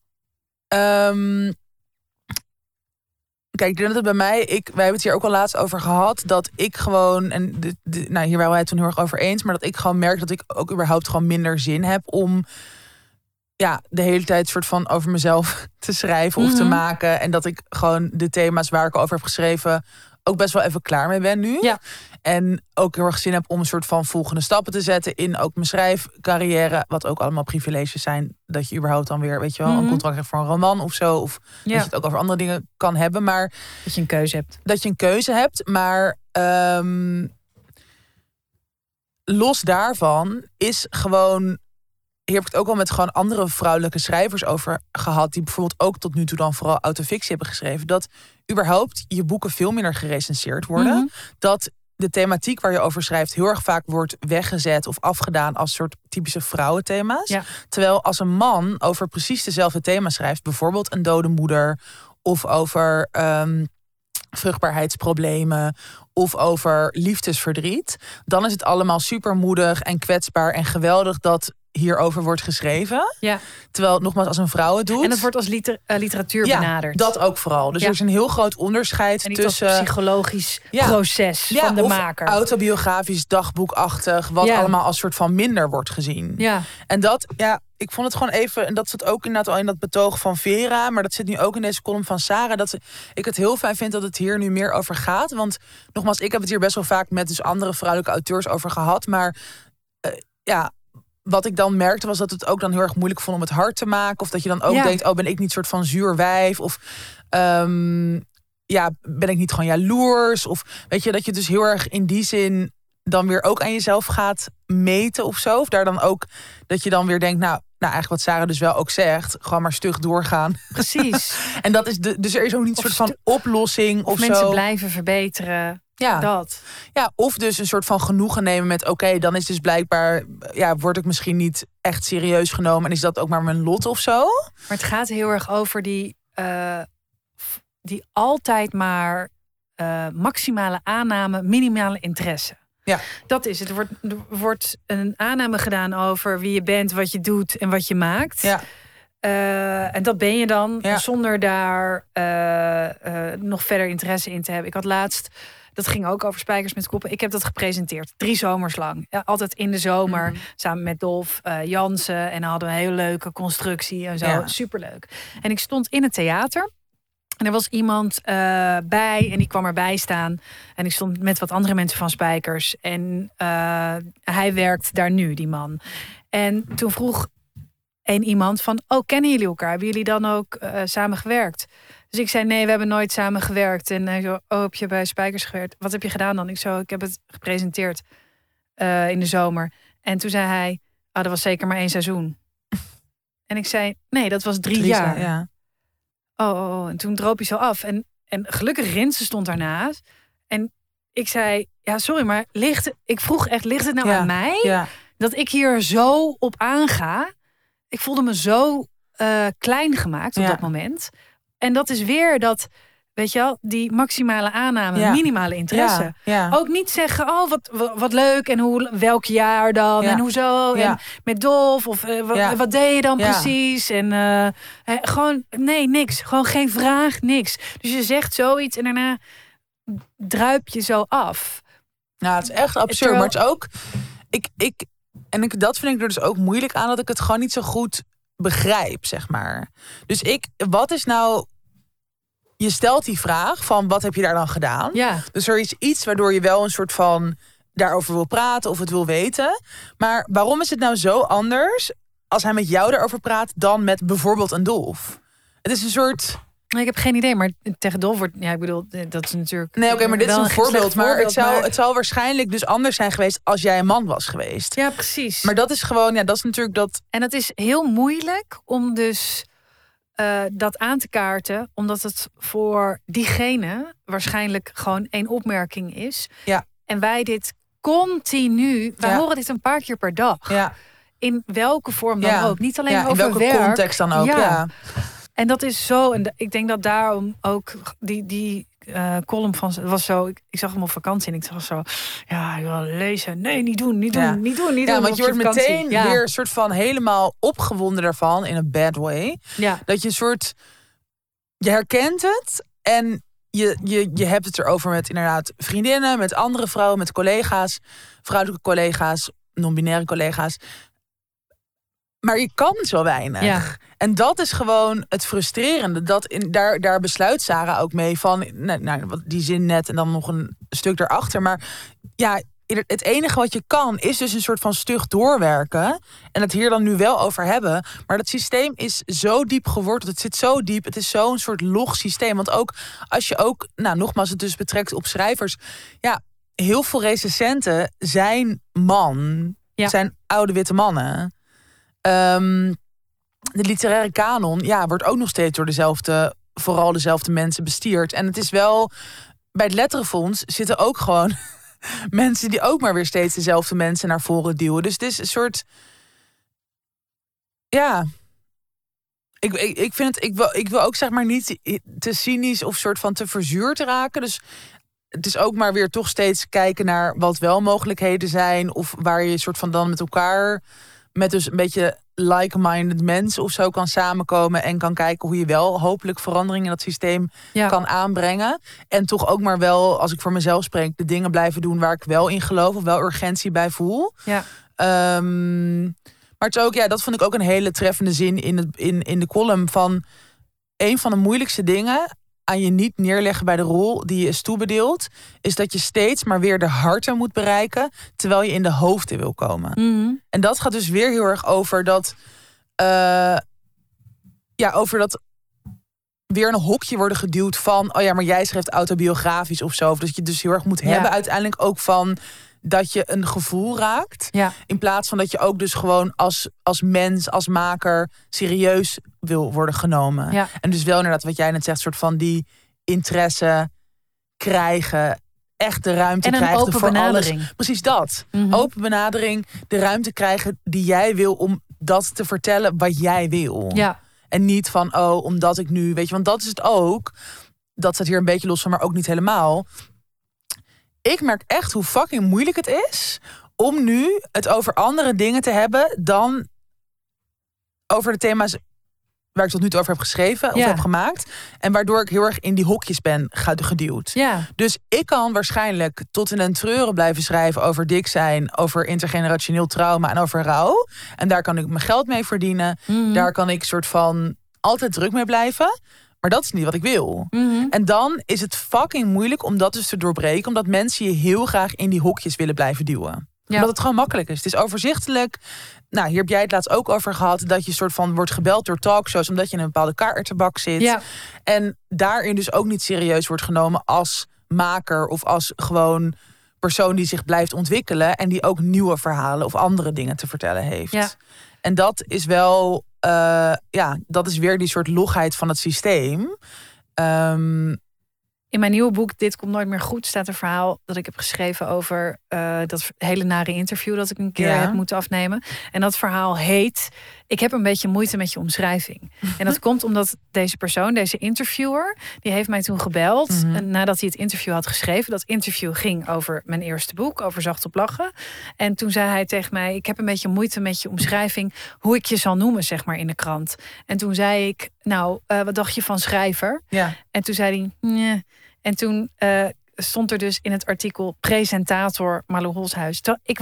Speaker 2: Kijk, ik denk dat het bij mij... Wij hebben het hier ook al laatst over gehad. Dat ik gewoon... En hier waren wij het toen heel erg over eens. Maar dat ik gewoon merk dat ik ook überhaupt gewoon minder zin heb om... de hele tijd soort van over mezelf te schrijven of te maken. En dat ik gewoon de thema's waar ik over heb geschreven ook best wel even klaar mee ben nu. Ja. En ook heel erg zin heb om een soort van volgende stappen te zetten in ook mijn schrijfcarrière. Wat ook allemaal privileges zijn. Dat je überhaupt dan weer, weet je wel, een contract hebt voor een roman of zo. Of dat je het ook over andere dingen kan hebben. Maar
Speaker 1: dat je een keuze hebt.
Speaker 2: Dat je een keuze hebt. Maar los daarvan is gewoon... Hier heb ik het ook al met gewoon andere vrouwelijke schrijvers over gehad, die bijvoorbeeld ook tot nu toe dan vooral autofictie hebben geschreven, dat überhaupt je boeken veel minder gerecenseerd worden. Mm-hmm. Dat de thematiek waar je over schrijft heel erg vaak wordt weggezet of afgedaan als soort typische vrouwenthema's. Ja. Terwijl als een man over precies dezelfde thema's schrijft, bijvoorbeeld een dode moeder of over vruchtbaarheidsproblemen of over liefdesverdriet, dan is het allemaal supermoedig en kwetsbaar en geweldig dat hierover wordt geschreven. Ja. Terwijl het nogmaals als een vrouw het doet.
Speaker 1: En het wordt als literatuur benaderd.
Speaker 2: Dat ook vooral. Dus er is een heel groot onderscheid
Speaker 1: en
Speaker 2: tussen
Speaker 1: als psychologisch proces van de maker.
Speaker 2: Autobiografisch, dagboekachtig, wat allemaal als soort van minder wordt gezien. Ja. En dat, ik vond het gewoon even, en dat zit ook inderdaad al in dat betoog van Vera, maar dat zit nu ook in deze column van Sarah, dat ik het heel fijn vind dat het hier nu meer over gaat. Want nogmaals, ik heb het hier best wel vaak met dus andere vrouwelijke auteurs over gehad, maar wat ik dan merkte was dat het ook dan heel erg moeilijk vond om het hard te maken. Of dat je dan ook denkt, ben ik niet soort van zuur wijf? Of ben ik niet gewoon jaloers? Of weet je, dat je dus heel erg in die zin dan weer ook aan jezelf gaat meten of zo. Of daar dan ook, dat je dan weer denkt, nou eigenlijk wat Sarah dus wel ook zegt, gewoon maar stug doorgaan.
Speaker 1: Precies.
Speaker 2: En dat is dus er is ook niet een soort van oplossing of
Speaker 1: mensen
Speaker 2: zo.
Speaker 1: Blijven verbeteren.
Speaker 2: Ja.
Speaker 1: Dat.
Speaker 2: Ja, of dus een soort van genoegen nemen met... oké, dan is dus blijkbaar... ja, word ik misschien niet echt serieus genomen... en is dat ook maar mijn lot of zo?
Speaker 1: Maar het gaat heel erg over die altijd maar maximale aanname, minimale interesse.
Speaker 2: Ja.
Speaker 1: Dat is het. Er wordt een aanname gedaan over wie je bent, wat je doet en wat je maakt.
Speaker 2: Ja.
Speaker 1: En dat ben je dan,
Speaker 2: Ja.
Speaker 1: zonder daar nog verder interesse in te hebben. Ik had laatst, dat ging ook over Spijkers met Koppen. Ik heb dat gepresenteerd, 3 zomers lang. Ja, altijd in de zomer, samen met Dolf Jansen. En dan hadden we een hele leuke constructie en zo.
Speaker 2: Ja.
Speaker 1: Superleuk. En ik stond in het theater. En er was iemand bij en die kwam erbij staan. En ik stond met wat andere mensen van Spijkers. En hij werkt daar nu, die man. En toen vroeg iemand van... oh, kennen jullie elkaar? Hebben jullie dan ook samen gewerkt? Dus ik zei, nee, we hebben nooit samen gewerkt. En hij zo, oh, heb je bij Spijkers gewerkt? Wat heb je gedaan dan? Ik heb het gepresenteerd in de zomer. En toen zei hij, dat was zeker maar 1 seizoen. En ik zei, nee, dat was 3 jaar.
Speaker 2: Ja.
Speaker 1: Oh, en toen droop hij zo af. En gelukkig Rinse stond daarnaast. En ik zei, ja, sorry, maar ik vroeg echt, ligt het nou aan mij?
Speaker 2: Ja.
Speaker 1: Dat ik hier zo op aanga? Ik voelde me zo klein gemaakt op dat moment. En dat is weer dat, weet je wel, die maximale aanname, minimale interesse.
Speaker 2: Ja. Ja.
Speaker 1: Ook niet zeggen, oh, wat leuk en welk jaar dan en hoezo en met Dolf of wat deed je dan precies en gewoon nee, niks, gewoon geen vraag, niks. Dus je zegt zoiets en daarna druip je zo af.
Speaker 2: Nou, het is echt absurd, maar het is ook dat vind ik er dus ook moeilijk aan, dat ik het gewoon niet zo goed begrijp, zeg maar. Dus wat is nou... Je stelt die vraag van, wat heb je daar dan gedaan?
Speaker 1: Ja.
Speaker 2: Dus er is iets waardoor je wel een soort van daarover wil praten of het wil weten. Maar waarom is het nou zo anders als hij met jou daarover praat dan met bijvoorbeeld een Dolf? Het is een soort...
Speaker 1: Ik heb geen idee, maar tegen Dolf wordt... Ja, ik bedoel, dat is natuurlijk...
Speaker 2: Nee, oké, maar dit is een voorbeeld. Maar
Speaker 1: voorbeeld,
Speaker 2: het zou waarschijnlijk dus anders zijn geweest als jij een man was geweest.
Speaker 1: Ja, precies.
Speaker 2: Maar dat is gewoon, dat is natuurlijk dat...
Speaker 1: En het is heel moeilijk om dus dat aan te kaarten, omdat het voor diegene waarschijnlijk gewoon 1 opmerking is.
Speaker 2: Ja.
Speaker 1: En wij dit continu... Wij horen dit een paar keer per dag.
Speaker 2: Ja.
Speaker 1: In welke vorm dan ook. Niet alleen over
Speaker 2: in welke
Speaker 1: werk.
Speaker 2: context dan ook, ja.
Speaker 1: En dat is zo... En ik denk dat daarom ook die column van... was zo, ik zag hem op vakantie en ik zag zo... Ja, ik wil lezen. Nee, niet doen.
Speaker 2: Ja, want je wordt meteen weer een soort van helemaal opgewonden daarvan... in een bad way. Ja. Dat je een soort... Je herkent het en je hebt het erover met inderdaad vriendinnen... met andere vrouwen, met collega's... vrouwelijke collega's, non-binaire collega's... Maar je kan zo weinig. Ja. En dat is gewoon het frustrerende. Daar besluit Sarah ook mee van... Nou, die zin net en dan nog een stuk erachter. Maar ja, het enige wat je kan is dus een soort van stug doorwerken. En het hier dan nu wel over hebben. Maar dat systeem is zo diep geworteld. Het zit zo diep. Het is zo'n soort log systeem. Want ook als je ook, nogmaals het dus betrekt op schrijvers... Ja, heel veel recensenten zijn man. Ja. Zijn oude witte mannen. De literaire kanon wordt ook nog steeds door vooral dezelfde mensen bestierd. En het is wel, bij het Letterenfonds zitten ook gewoon mensen die ook maar weer steeds dezelfde mensen naar voren duwen. Dus het is een soort, ik vind het, ik wil ook zeg maar niet te cynisch of soort van te verzuurd raken. Dus het is ook maar weer toch steeds kijken naar wat wel mogelijkheden zijn of waar je soort van dan met elkaar, met dus een beetje like-minded mensen of zo kan samenkomen en kan kijken hoe je wel hopelijk verandering in dat systeem kan aanbrengen. En toch ook maar wel, als ik voor mezelf spreek, de dingen blijven doen waar ik wel in geloof of wel urgentie bij voel. Ja. Maar het is ook, dat vond ik ook een hele treffende zin in de column van een van de moeilijkste dingen aan je niet neerleggen bij de rol die je is toebedeeld, is dat je steeds maar weer de harten moet bereiken, terwijl je in de hoofden wil komen. Mm-hmm. En dat gaat dus weer heel erg over dat over dat weer een hokje worden geduwd van, maar jij schrijft autobiografisch of zo. Of dat je het dus heel erg moet hebben uiteindelijk ook van dat je een gevoel raakt. Ja. In plaats van dat je ook dus gewoon als mens, als maker serieus wil worden genomen. Ja. En dus wel inderdaad wat jij net zegt, soort van die interesse krijgen echt de ruimte
Speaker 1: En een
Speaker 2: krijgt
Speaker 1: open
Speaker 2: voor
Speaker 1: benadering.
Speaker 2: alles. Precies dat.
Speaker 1: Mhm.
Speaker 2: Open benadering, de ruimte krijgen die jij wil om dat te vertellen wat jij wil.
Speaker 1: Ja.
Speaker 2: En niet van, omdat ik nu, weet je, want dat is het ook. Dat staat hier een beetje los van, maar ook niet helemaal. Ik merk echt hoe fucking moeilijk het is om nu het over andere dingen te hebben dan over de thema's waar ik tot nu toe over heb geschreven of heb gemaakt. En waardoor ik heel erg in die hokjes ben geduwd.
Speaker 1: Ja.
Speaker 2: Dus ik kan waarschijnlijk tot in een treuren blijven schrijven over dik zijn, over intergenerationeel trauma en over rouw. En daar kan ik mijn geld mee verdienen.
Speaker 1: Mhm.
Speaker 2: Daar kan ik soort van altijd druk mee blijven. Maar dat is niet wat ik wil.
Speaker 1: Mhm.
Speaker 2: En dan is het fucking moeilijk om dat dus te doorbreken. Omdat mensen je heel graag in die hokjes willen blijven duwen.
Speaker 1: Ja.
Speaker 2: Omdat het gewoon makkelijk is. Het is overzichtelijk. Nou, hier heb jij het laatst ook over gehad. Dat je soort van wordt gebeld door talkshows. Omdat je in een bepaalde kaartenbak zit.
Speaker 1: Ja.
Speaker 2: En daarin dus ook niet serieus wordt genomen als maker. Of als gewoon persoon die zich blijft ontwikkelen. En die ook nieuwe verhalen of andere dingen te vertellen heeft.
Speaker 1: Ja.
Speaker 2: En dat is wel... dat is weer die soort logheid van het systeem.
Speaker 1: In mijn nieuwe boek Dit komt nooit meer goed staat een verhaal dat ik heb geschreven over dat hele nare interview dat ik een keer heb moeten afnemen. En dat verhaal heet Ik heb een beetje moeite met je omschrijving. En dat komt omdat deze persoon, deze interviewer, die heeft mij toen gebeld nadat hij het interview had geschreven. Dat interview ging over mijn eerste boek, over Zacht op lachen. En toen zei hij tegen mij, ik heb een beetje moeite met je omschrijving, hoe ik je zal noemen, zeg maar, in de krant. En toen zei ik, wat dacht je van schrijver?
Speaker 2: Ja.
Speaker 1: En toen zei hij, nee. En toen stond er dus in het artikel presentator Malou Holshuis.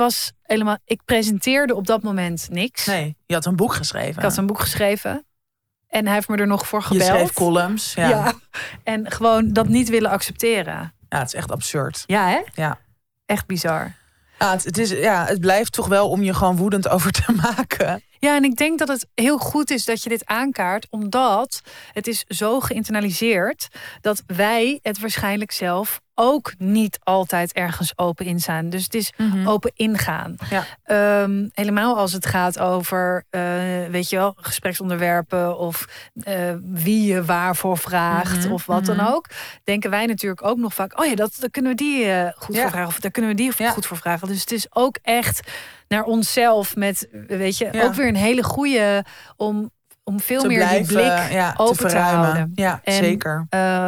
Speaker 1: Ik presenteerde op dat moment niks.
Speaker 2: Nee, je had een boek geschreven.
Speaker 1: Ik had een boek geschreven. En hij heeft me er nog voor gebeld.
Speaker 2: Je schreef columns. Ja.
Speaker 1: En gewoon dat niet willen accepteren.
Speaker 2: Ja, het is echt absurd.
Speaker 1: Ja, hè?
Speaker 2: Ja.
Speaker 1: Echt bizar.
Speaker 2: Het blijft toch wel om je gewoon woedend over te maken.
Speaker 1: Ja, en ik denk dat het heel goed is dat je dit aankaart, omdat het is zo geïnternaliseerd dat wij het waarschijnlijk zelf ook niet altijd ergens open in staan. Dus het is open ingaan.
Speaker 2: Ja.
Speaker 1: Helemaal als het gaat over, gespreksonderwerpen of wie je waarvoor vraagt of wat dan ook. Denken wij natuurlijk ook nog vaak, daar kunnen we die goed voor vragen of daar kunnen we die goed voor vragen. Dus het is ook echt naar onszelf met, ook weer een hele goede om veel meer die blik open te houden.
Speaker 2: Ja, en, zeker.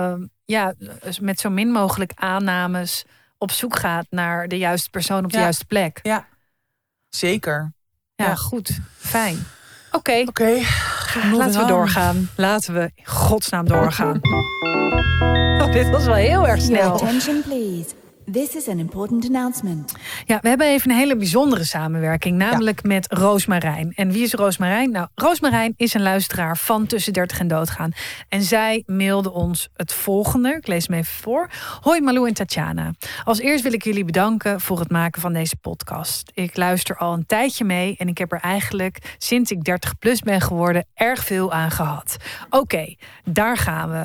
Speaker 1: Met zo min mogelijk aannames op zoek gaat naar de juiste persoon op de juiste plek.
Speaker 2: Ja, zeker.
Speaker 1: Ja, goed. Fijn. Oké.
Speaker 2: Laten
Speaker 1: we doorgaan. Laten we in godsnaam doorgaan. Dit was wel heel erg snel.
Speaker 3: Your attention, please. This is an important announcement.
Speaker 1: Ja, we hebben even een hele bijzondere samenwerking, namelijk met Roos Marijn. En wie is Roos Marijn? Nou, Roos Marijn is een luisteraar van Tussen 30 en Doodgaan. En zij mailde ons het volgende. Ik lees hem even voor. Hoi Malou en Tatjana. Als eerst wil ik jullie bedanken voor het maken van deze podcast. Ik luister al een tijdje mee en ik heb er eigenlijk, sinds ik 30 plus ben geworden, erg veel aan gehad. Oké, daar gaan we.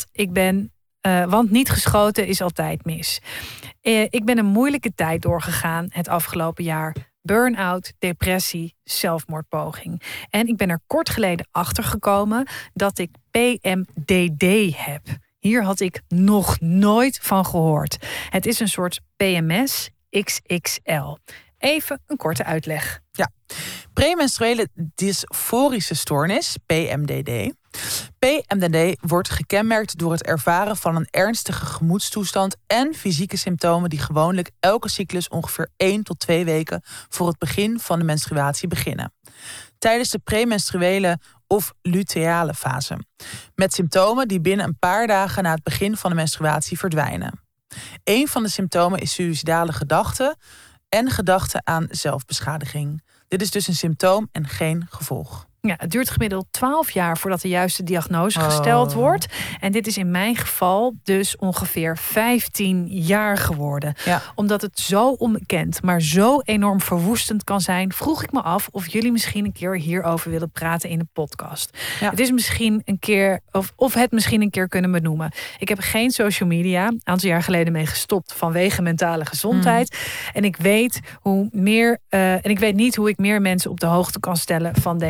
Speaker 1: Want niet geschoten is altijd mis. Ik ben een moeilijke tijd doorgegaan het afgelopen jaar. Burn-out, depressie, zelfmoordpoging. En ik ben er kort geleden achter gekomen dat ik PMDD heb. Hier had ik nog nooit van gehoord. Het is een soort PMS XXL. Even een korte uitleg.
Speaker 2: Ja, premenstruele dysforische stoornis, PMDD. PMDD wordt gekenmerkt door het ervaren van een ernstige gemoedstoestand en fysieke symptomen die gewoonlijk elke cyclus ongeveer 1 tot 2 weken voor het begin van de menstruatie beginnen. Tijdens de premenstruele of luteale fase. Met symptomen die binnen een paar dagen na het begin van de menstruatie verdwijnen. Een van de symptomen is suïcidale gedachten en gedachten aan zelfbeschadiging. Dit is dus een symptoom en geen gevolg.
Speaker 1: Ja, het duurt gemiddeld 12 jaar voordat de juiste diagnose gesteld wordt. En dit is in mijn geval dus ongeveer 15 jaar geworden.
Speaker 2: Ja.
Speaker 1: Omdat het zo onbekend, maar zo enorm verwoestend kan zijn, vroeg ik me af of jullie misschien een keer hierover willen praten in de podcast.
Speaker 2: Ja.
Speaker 1: Het is misschien een keer, of het misschien een keer kunnen benoemen. Ik heb geen social media, een aantal jaar geleden mee gestopt vanwege mentale gezondheid. En ik weet niet hoe ik meer mensen op de hoogte kan stellen van deze ziekte.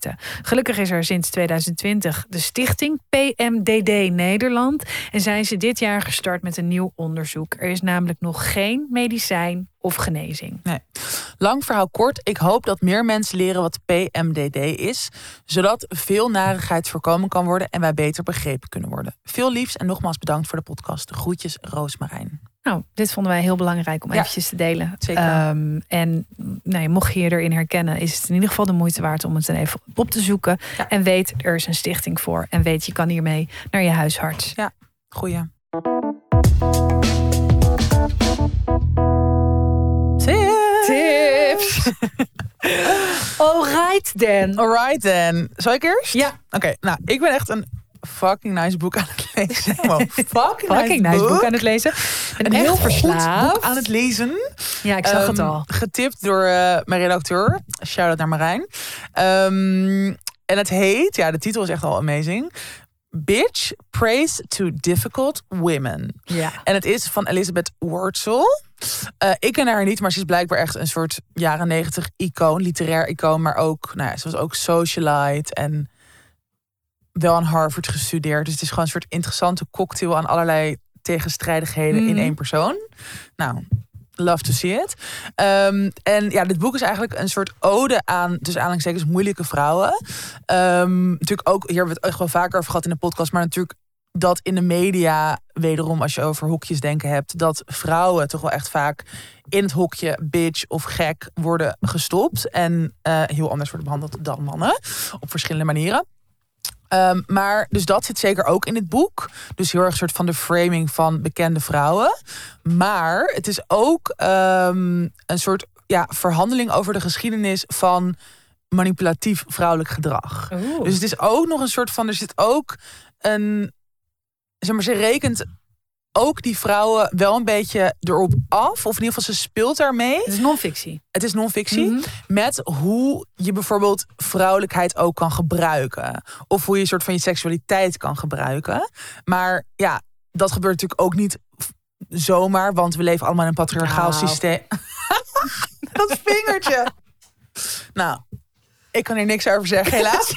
Speaker 1: ziekte. Gelukkig is er sinds 2020 de stichting PMDD Nederland. En zijn ze dit jaar gestart met een nieuw onderzoek. Er is namelijk nog geen medicijn of genezing.
Speaker 2: Nee. Lang verhaal kort. Ik hoop dat meer mensen leren wat PMDD is. Zodat veel narigheid voorkomen kan worden en wij beter begrepen kunnen worden. Veel liefs en nogmaals bedankt voor de podcast. Groetjes, Roosmarijn.
Speaker 1: Nou, dit vonden wij heel belangrijk om eventjes te delen.
Speaker 2: Zeker.
Speaker 1: En mocht je je erin herkennen, is het in ieder geval de moeite waard om het dan even op te zoeken. Ja. En weet, er is een stichting voor. En weet, je kan hiermee naar je huisarts.
Speaker 2: Ja, goeie.
Speaker 1: Tips. Alright then.
Speaker 2: Zal ik eerst?
Speaker 1: Ja.
Speaker 2: Oké, nou, ik ben echt een fucking nice boek aan het lezen.
Speaker 1: Fucking nice boek aan het lezen.
Speaker 2: Een heel goed boek aan het lezen.
Speaker 1: Ja, ik zag het al.
Speaker 2: Getipt door mijn redacteur. Shout-out naar Marijn. En het heet, de titel is echt al amazing. Bitch Praise to Difficult Women.
Speaker 1: Ja.
Speaker 2: En het is van Elizabeth Wurtzel. Ik ken haar niet, maar ze is blijkbaar echt een soort jaren 90 icoon, literair icoon. Maar ook, ze was ook socialite en wel aan Harvard gestudeerd. Dus het is gewoon een soort interessante cocktail aan allerlei tegenstrijdigheden in één persoon. Nou, love to see it. En dit boek is eigenlijk een soort ode aan, dus aanhalingstekens, moeilijke vrouwen. Natuurlijk ook, hier hebben we het echt wel vaker over gehad in de podcast, maar natuurlijk dat in de media, wederom als je over hokjes denken hebt, dat vrouwen toch wel echt vaak in het hokje bitch of gek worden gestopt. En heel anders worden behandeld dan mannen. Op verschillende manieren. Maar dus dat zit zeker ook in het boek. Dus heel erg soort van de framing van bekende vrouwen. Maar het is ook een soort verhandeling over de geschiedenis van manipulatief vrouwelijk gedrag.
Speaker 1: Oeh.
Speaker 2: Dus het is ook nog een soort van, er zit ook een, ze rekent ook die vrouwen wel een beetje erop af. Of in ieder geval, ze speelt daarmee.
Speaker 1: Het is non-fictie.
Speaker 2: Het is non-fictie. Met hoe je bijvoorbeeld vrouwelijkheid ook kan gebruiken. Of hoe je een soort van je seksualiteit kan gebruiken. Maar dat gebeurt natuurlijk ook niet zomaar. Want we leven allemaal in een patriarchaal systeem. Dat vingertje. Nou, ik kan hier niks over zeggen, helaas.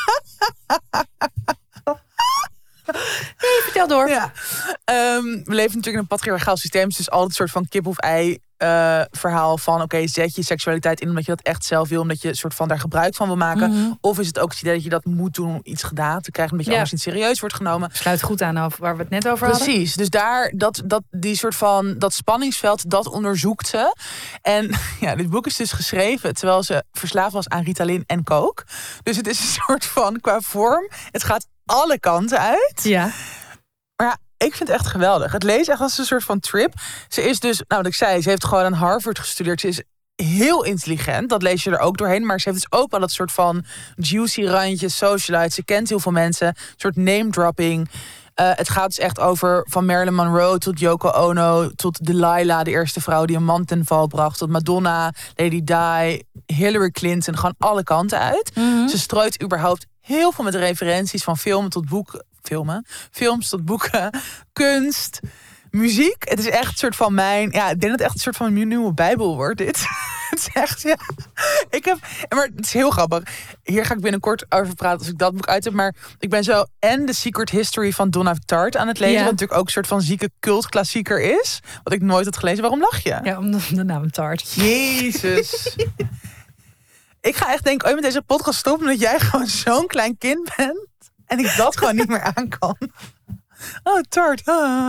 Speaker 1: Nee, vertel door.
Speaker 2: Ja. We leven natuurlijk in een patriarchaal systeem. Dus altijd een soort van kip of ei verhaal van zet je seksualiteit in omdat je dat echt zelf wil, omdat je een soort van daar gebruik van wil maken. Of is het ook het idee dat je dat moet doen om iets gedaan te krijgen, omdat je anders niet serieus wordt genomen.
Speaker 1: Sluit goed aan over waar we het net over hadden.
Speaker 2: Precies, dus daar die soort van dat spanningsveld, dat onderzoekt ze. En dit boek is dus geschreven terwijl ze verslaafd was aan Ritalin en coke. Dus het is een soort van qua vorm, het gaat alle kanten uit.
Speaker 1: Ja.
Speaker 2: Maar ik vind het echt geweldig. Het leest echt als een soort van trip. Ze is dus, wat ik zei, ze heeft gewoon aan Harvard gestudeerd. Ze is heel intelligent. Dat lees je er ook doorheen. Maar ze heeft dus ook wel dat soort van juicy randje, socialite. Ze kent heel veel mensen. Een soort name dropping. Het gaat dus echt over van Marilyn Monroe tot Yoko Ono, tot Delilah, de eerste vrouw die een man ten val bracht, tot Madonna, Lady Di, Hillary Clinton. Gewoon alle kanten uit. Ze strooit überhaupt heel veel met referenties van films tot boeken, kunst, muziek. Het is echt een soort van ik denk dat het echt een soort van een nieuwe Bijbel wordt, dit. Het is echt, maar het is heel grappig. Hier ga ik binnenkort over praten als ik dat boek uit heb. Maar ik ben zo The Secret History van Donna Tartt aan het lezen. Wat natuurlijk ook een soort van zieke cultklassieker is. Wat ik nooit had gelezen. Waarom lach je?
Speaker 1: Ja, omdat de naam Tartt.
Speaker 2: Jezus. Ik ga echt denken, met deze podcast stoppen omdat jij gewoon zo'n klein kind bent. En ik dat gewoon niet meer aan kan. Oh, Tartt.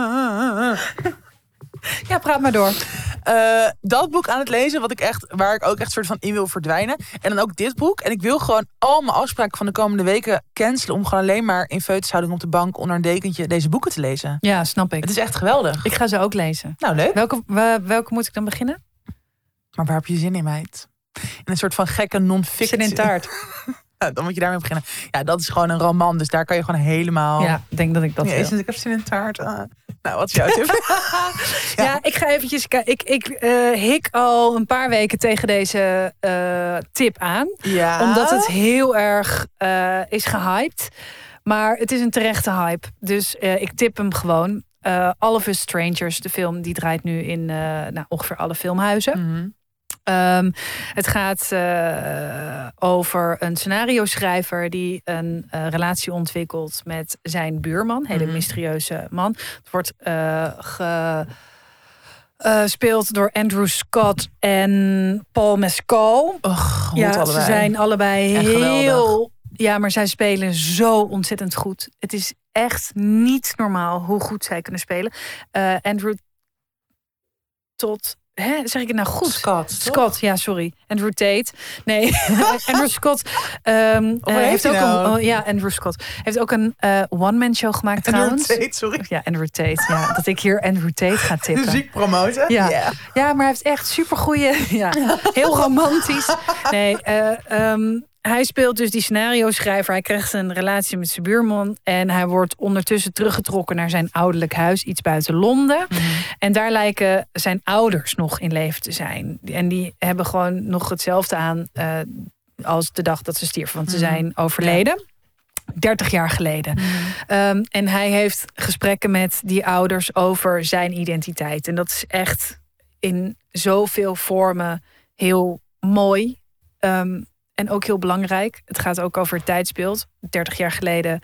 Speaker 1: Ja, praat maar door.
Speaker 2: Dat boek aan het lezen, waar ik ook echt soort van in wil verdwijnen. En dan ook dit boek. En ik wil gewoon al mijn afspraken van de komende weken cancelen om gewoon alleen maar in feutushouding op de bank onder een dekentje deze boeken te lezen.
Speaker 1: Ja, snap ik.
Speaker 2: Het is echt geweldig.
Speaker 1: Ik ga ze ook lezen.
Speaker 2: Nou, leuk.
Speaker 1: Welke moet ik dan beginnen?
Speaker 2: Maar waar heb je zin in, meid? In een soort van gekke non-fictie.
Speaker 1: Zin in taart.
Speaker 2: Dan moet je daarmee beginnen. Ja, dat is gewoon een roman. Dus daar kan je gewoon helemaal...
Speaker 1: Ja, ik denk dat ik dat wil.
Speaker 2: Ik heb zin in taart. Nou, wat is jouw tip?
Speaker 1: Ja, ik ga eventjes... Ik hik al een paar weken tegen deze tip aan.
Speaker 2: Ja.
Speaker 1: Omdat het heel erg is gehyped. Maar het is een terechte hype. Dus ik tip hem gewoon. All of Us Strangers, de film, die draait nu in ongeveer alle filmhuizen. Het gaat over een scenario-schrijver die een relatie ontwikkelt met zijn buurman. Hele mysterieuze man. Het wordt gespeeld door Andrew Scott en Paul Mescal.
Speaker 2: Ja,
Speaker 1: ze zijn allebei
Speaker 2: echt
Speaker 1: heel...
Speaker 2: geweldig.
Speaker 1: Ja, maar zij spelen zo ontzettend goed. Het is echt niet normaal hoe goed zij kunnen spelen. Andrew Todd... zeg ik het nou goed? Scott, ja, sorry. Andrew Tate. Nee, Andrew Scott heeft ook Andrew Scott heeft ook een one-man show gemaakt trouwens.
Speaker 2: Andrew Tate, sorry.
Speaker 1: Ja, Andrew Tate. Ja, dat ik hier Andrew Tate ga tippen.
Speaker 2: Ziek promoten.
Speaker 1: Ja.
Speaker 2: Yeah.
Speaker 1: Ja, maar hij heeft echt supergoeie... Ja, heel romantisch. Nee, hij speelt dus die scenario-schrijver. Hij krijgt een relatie met zijn buurman. En hij wordt ondertussen teruggetrokken naar zijn ouderlijk huis. Iets buiten Londen. En daar lijken zijn ouders nog in leven te zijn. En die hebben gewoon nog hetzelfde aan als de dag dat ze stierven. Want ze zijn overleden. 30 jaar geleden. En hij heeft gesprekken met die ouders over zijn identiteit. En dat is echt in zoveel vormen heel mooi. En ook heel belangrijk. Het gaat ook over het tijdsbeeld. 30 jaar geleden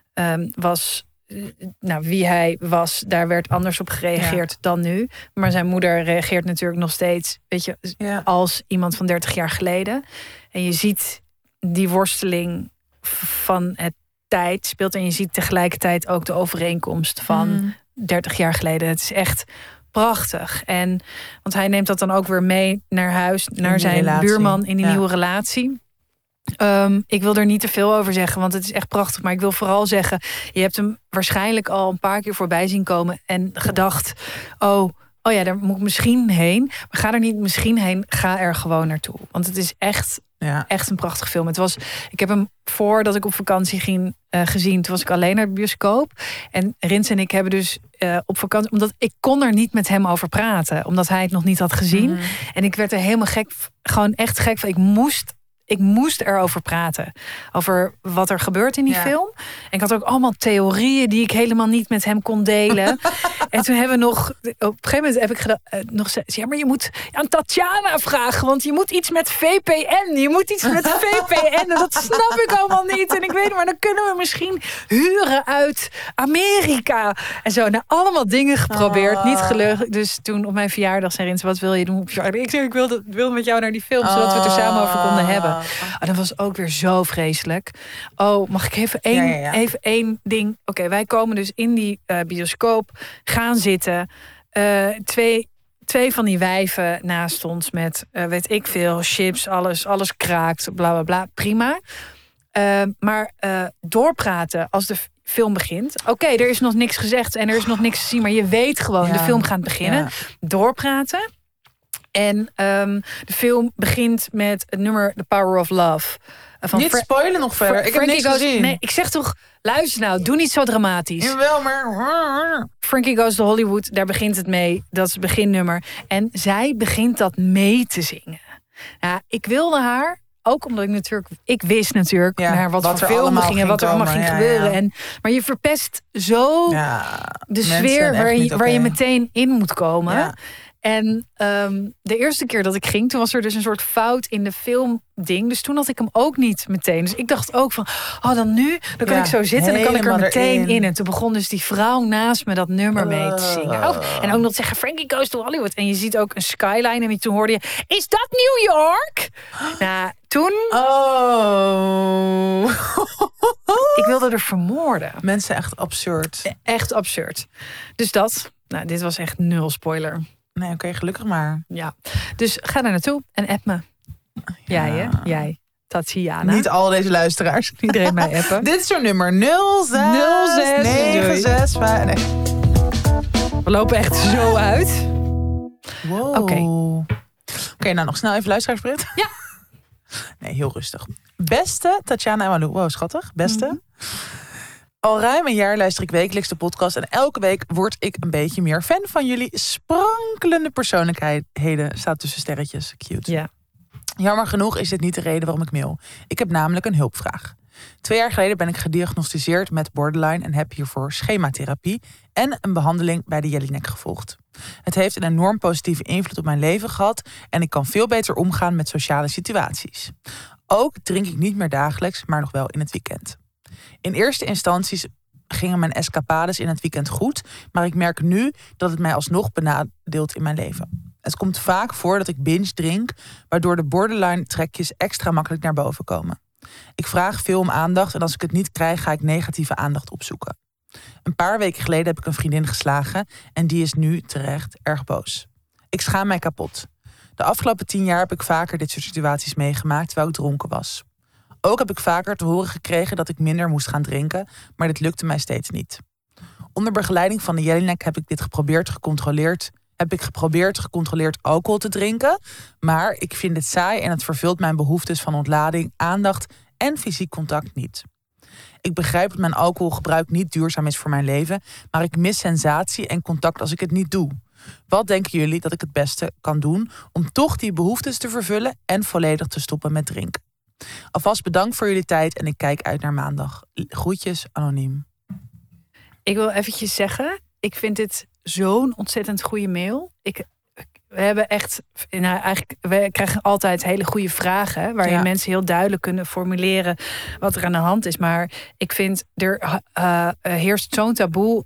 Speaker 1: was... wie hij was, daar werd anders op gereageerd dan nu. Maar zijn moeder reageert natuurlijk nog steeds... als iemand van 30 jaar geleden. En je ziet die worsteling van het tijdsbeeld. En je ziet tegelijkertijd ook de overeenkomst van 30 jaar geleden. Het is echt... prachtig. Want hij neemt dat dan ook weer mee naar huis, naar zijn buurman in die nieuwe relatie. Ik wil er niet te veel over zeggen, want het is echt prachtig. Maar ik wil vooral zeggen, je hebt hem waarschijnlijk al een paar keer voorbij zien komen en gedacht, oh ja, daar moet ik misschien heen. Maar ga er niet misschien heen, ga er gewoon naartoe. Want het is echt een prachtig film. Ik heb hem voordat ik op vakantie ging gezien. Toen was ik alleen naar de bioscoop. En Rins en ik hebben dus op vakantie... omdat ik kon er niet met hem over praten. Omdat hij het nog niet had gezien. En ik werd er helemaal gek... gewoon echt gek van. Ik moest erover praten. Over wat er gebeurt in die film. En ik had ook allemaal theorieën die ik helemaal niet met hem kon delen. En toen hebben we nog... Op een gegeven moment heb ik nog gezegd... Ja, maar je moet aan Tatjana vragen. Want je moet iets met VPN. Je moet iets met VPN. En dat snap ik allemaal niet. En ik weet maar dan kunnen we misschien huren uit Amerika. En zo. Nou, allemaal dingen geprobeerd. Niet gelukt. Dus toen op mijn verjaardag zei Rins... Wat wil je doen op verjaardag? Ik zei, ik wil met jou naar die film. Zodat we het er samen over konden hebben. Dat was ook weer zo vreselijk. Mag ik even één ding? Oké, wij komen dus in die bioscoop, gaan zitten. Twee van die wijven naast ons met, weet ik veel, chips, alles kraakt, bla bla bla. Prima. Maar doorpraten als de film begint. Oké, er is nog niks gezegd en er is nog niks te zien, maar je weet gewoon, de film gaat beginnen. Doorpraten. En de film begint met het nummer The Power of Love.
Speaker 2: Niet spoilen nog verder. Ik heb niks gezien.
Speaker 1: Nee, ik zeg toch, luister nou, doe niet zo dramatisch.
Speaker 2: Jawel, maar...
Speaker 1: Frankie Goes to Hollywood, daar begint het mee. Dat is het beginnummer. En zij begint dat mee te zingen. Nou, ik wilde haar... Ook omdat ik wist natuurlijk naar wat voor film we gingen, wat er allemaal ging gebeuren. Maar je verpest zo de sfeer waar je meteen in moet komen. Ja. En de eerste keer dat ik ging, toen was er dus een soort fout in de filmding. Dus toen had ik hem ook niet meteen. Dus ik dacht ook van, dan kan ik zo zitten en dan kan ik er meteen in. En toen begon dus die vrouw naast me dat nummer mee te zingen. En ook nog te zeggen, Frankie Goes to Hollywood. En je ziet ook een skyline en toen hoorde je, is dat New York? Nou, toen... Ik wilde er vermoorden.
Speaker 2: Mensen echt absurd.
Speaker 1: Echt absurd. Dus dat, dit was echt 0 spoiler.
Speaker 2: Nee, oké, gelukkig maar.
Speaker 1: Ja, dus ga daar naartoe en app me. Ja. Jij, Tatjana.
Speaker 2: Niet al deze luisteraars.
Speaker 1: Iedereen mij appen.
Speaker 2: Dit is zo'n nummer 0696. Nee.
Speaker 1: We lopen echt zo uit.
Speaker 2: Wow. Oké, nou nog snel even luisteraarsbericht.
Speaker 1: Ja.
Speaker 2: Nee, heel rustig. Beste Tatjana en Malou. Wow, schattig. Beste. Al ruim een jaar luister ik wekelijks de podcast en elke week word ik een beetje meer fan van jullie sprankelende persoonlijkheden. Staat tussen sterretjes. Cute.
Speaker 1: Ja.
Speaker 2: Jammer genoeg is dit niet de reden waarom ik mail. Ik heb namelijk een hulpvraag. 2 jaar geleden ben ik gediagnosticeerd met borderline en heb hiervoor schematherapie en een behandeling bij de Jelinek gevolgd. Het heeft een enorm positieve invloed op mijn leven gehad en ik kan veel beter omgaan met sociale situaties. Ook drink ik niet meer dagelijks, maar nog wel in het weekend. In eerste instanties gingen mijn escapades in het weekend goed, maar ik merk nu dat het mij alsnog benadeelt in mijn leven. Het komt vaak voor dat ik binge drink, waardoor de borderline trekjes extra makkelijk naar boven komen. Ik vraag veel om aandacht en als ik het niet krijg, ga ik negatieve aandacht opzoeken. Een paar weken geleden heb ik een vriendin geslagen en die is nu terecht erg boos. Ik schaam mij kapot. De afgelopen 10 jaar heb ik vaker dit soort situaties meegemaakt terwijl ik dronken was. Ook heb ik vaker te horen gekregen dat ik minder moest gaan drinken, maar dit lukte mij steeds niet. Onder begeleiding van de Jelinek heb ik gecontroleerd alcohol te drinken, maar ik vind het saai en het vervult mijn behoeftes van ontlading, aandacht en fysiek contact niet. Ik begrijp dat mijn alcoholgebruik niet duurzaam is voor mijn leven, maar ik mis sensatie en contact als ik het niet doe. Wat denken jullie dat ik het beste kan doen om toch die behoeftes te vervullen en volledig te stoppen met drinken? Alvast bedankt voor jullie tijd en ik kijk uit naar maandag. Groetjes, anoniem.
Speaker 1: Ik wil eventjes zeggen, ik vind dit zo'n ontzettend goede mail. We hebben echt, we krijgen altijd hele goede vragen, waarin mensen heel duidelijk kunnen formuleren wat er aan de hand is. Maar ik vind, er heerst zo'n taboe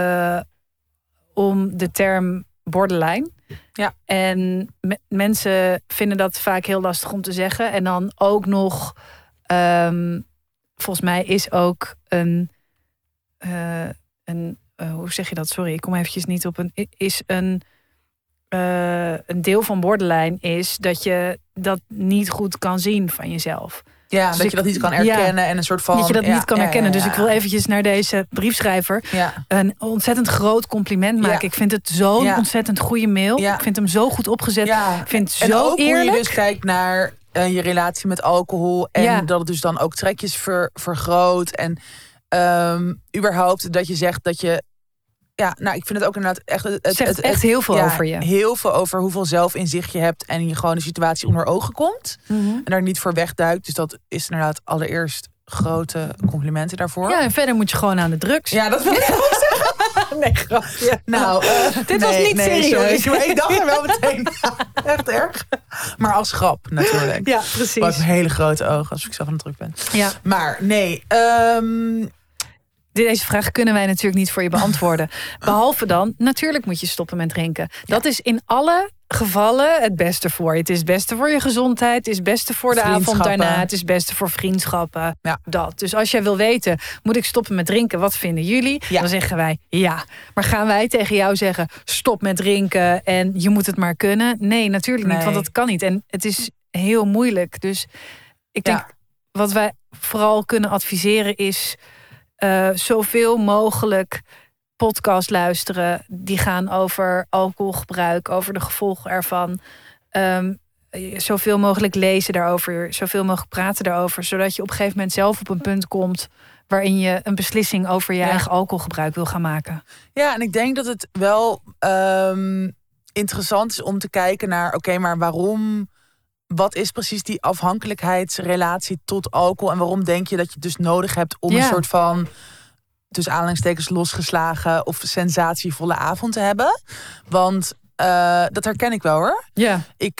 Speaker 1: om de term borderline. Ja. En mensen vinden dat vaak heel lastig om te zeggen. En dan ook nog, volgens mij is ook hoe zeg je dat? Sorry, ik kom eventjes niet op een deel van borderline is dat je dat niet goed kan zien van jezelf.
Speaker 2: Ja, dus dat je dat niet kan herkennen en een soort van...
Speaker 1: Dat je dat niet kan herkennen. Dus ik wil eventjes naar deze briefschrijver een ontzettend groot compliment maken. Ik vind het zo'n ontzettend goede mail. Ik vind hem zo goed opgezet. Ik vind het zo
Speaker 2: ook
Speaker 1: eerlijk.
Speaker 2: Hoe je dus kijkt naar je relatie met alcohol en dat het dus dan ook trekjes vergroot. En überhaupt dat je zegt dat je... Ja, nou, ik vind het ook inderdaad echt... Het
Speaker 1: zegt echt heel veel over je.
Speaker 2: Heel veel over hoeveel zelfinzicht je hebt en je gewoon de situatie onder ogen komt. En daar niet voor wegduikt. Dus dat is inderdaad allereerst grote complimenten daarvoor.
Speaker 1: Ja, en verder moet je gewoon aan de drugs.
Speaker 2: Ja, dat wil ik ook zeggen. Nee, grapje. Nou,
Speaker 1: dit was niet serieus.
Speaker 2: Sorry, maar ik dacht er wel meteen. Echt erg. Maar als grap natuurlijk.
Speaker 1: Ja, precies.
Speaker 2: Ik heb hele grote ogen als ik zelf aan de druk ben.
Speaker 1: Ja.
Speaker 2: Maar nee...
Speaker 1: Deze vraag kunnen wij natuurlijk niet voor je beantwoorden. Behalve dan, natuurlijk moet je stoppen met drinken. Dat is in alle gevallen het beste voor je. Het is het beste voor je gezondheid. Het is het beste voor de avond daarna. Het is het beste voor vriendschappen. Ja. Dat. Dus als jij wil weten, moet ik stoppen met drinken? Wat vinden jullie? Ja. Dan zeggen wij ja. Maar gaan wij tegen jou zeggen, stop met drinken en je moet het maar kunnen? Nee, natuurlijk niet, want dat kan niet. En het is heel moeilijk. Dus ik denk, wat wij vooral kunnen adviseren is... zoveel mogelijk podcast luisteren. Die gaan over alcoholgebruik, over de gevolgen ervan. Zoveel mogelijk lezen daarover. Zoveel mogelijk praten daarover. Zodat je op een gegeven moment zelf op een punt komt... waarin je een beslissing over je eigen alcoholgebruik wil gaan maken. Ja,
Speaker 2: en ik denk dat het wel interessant is om te kijken naar... oké, maar waarom... Wat is precies die afhankelijkheidsrelatie tot alcohol? En waarom denk je dat je het dus nodig hebt om een soort van... tussen aanhalingstekens losgeslagen of sensatievolle avond te hebben? Want dat herken ik wel hoor.
Speaker 1: Ja.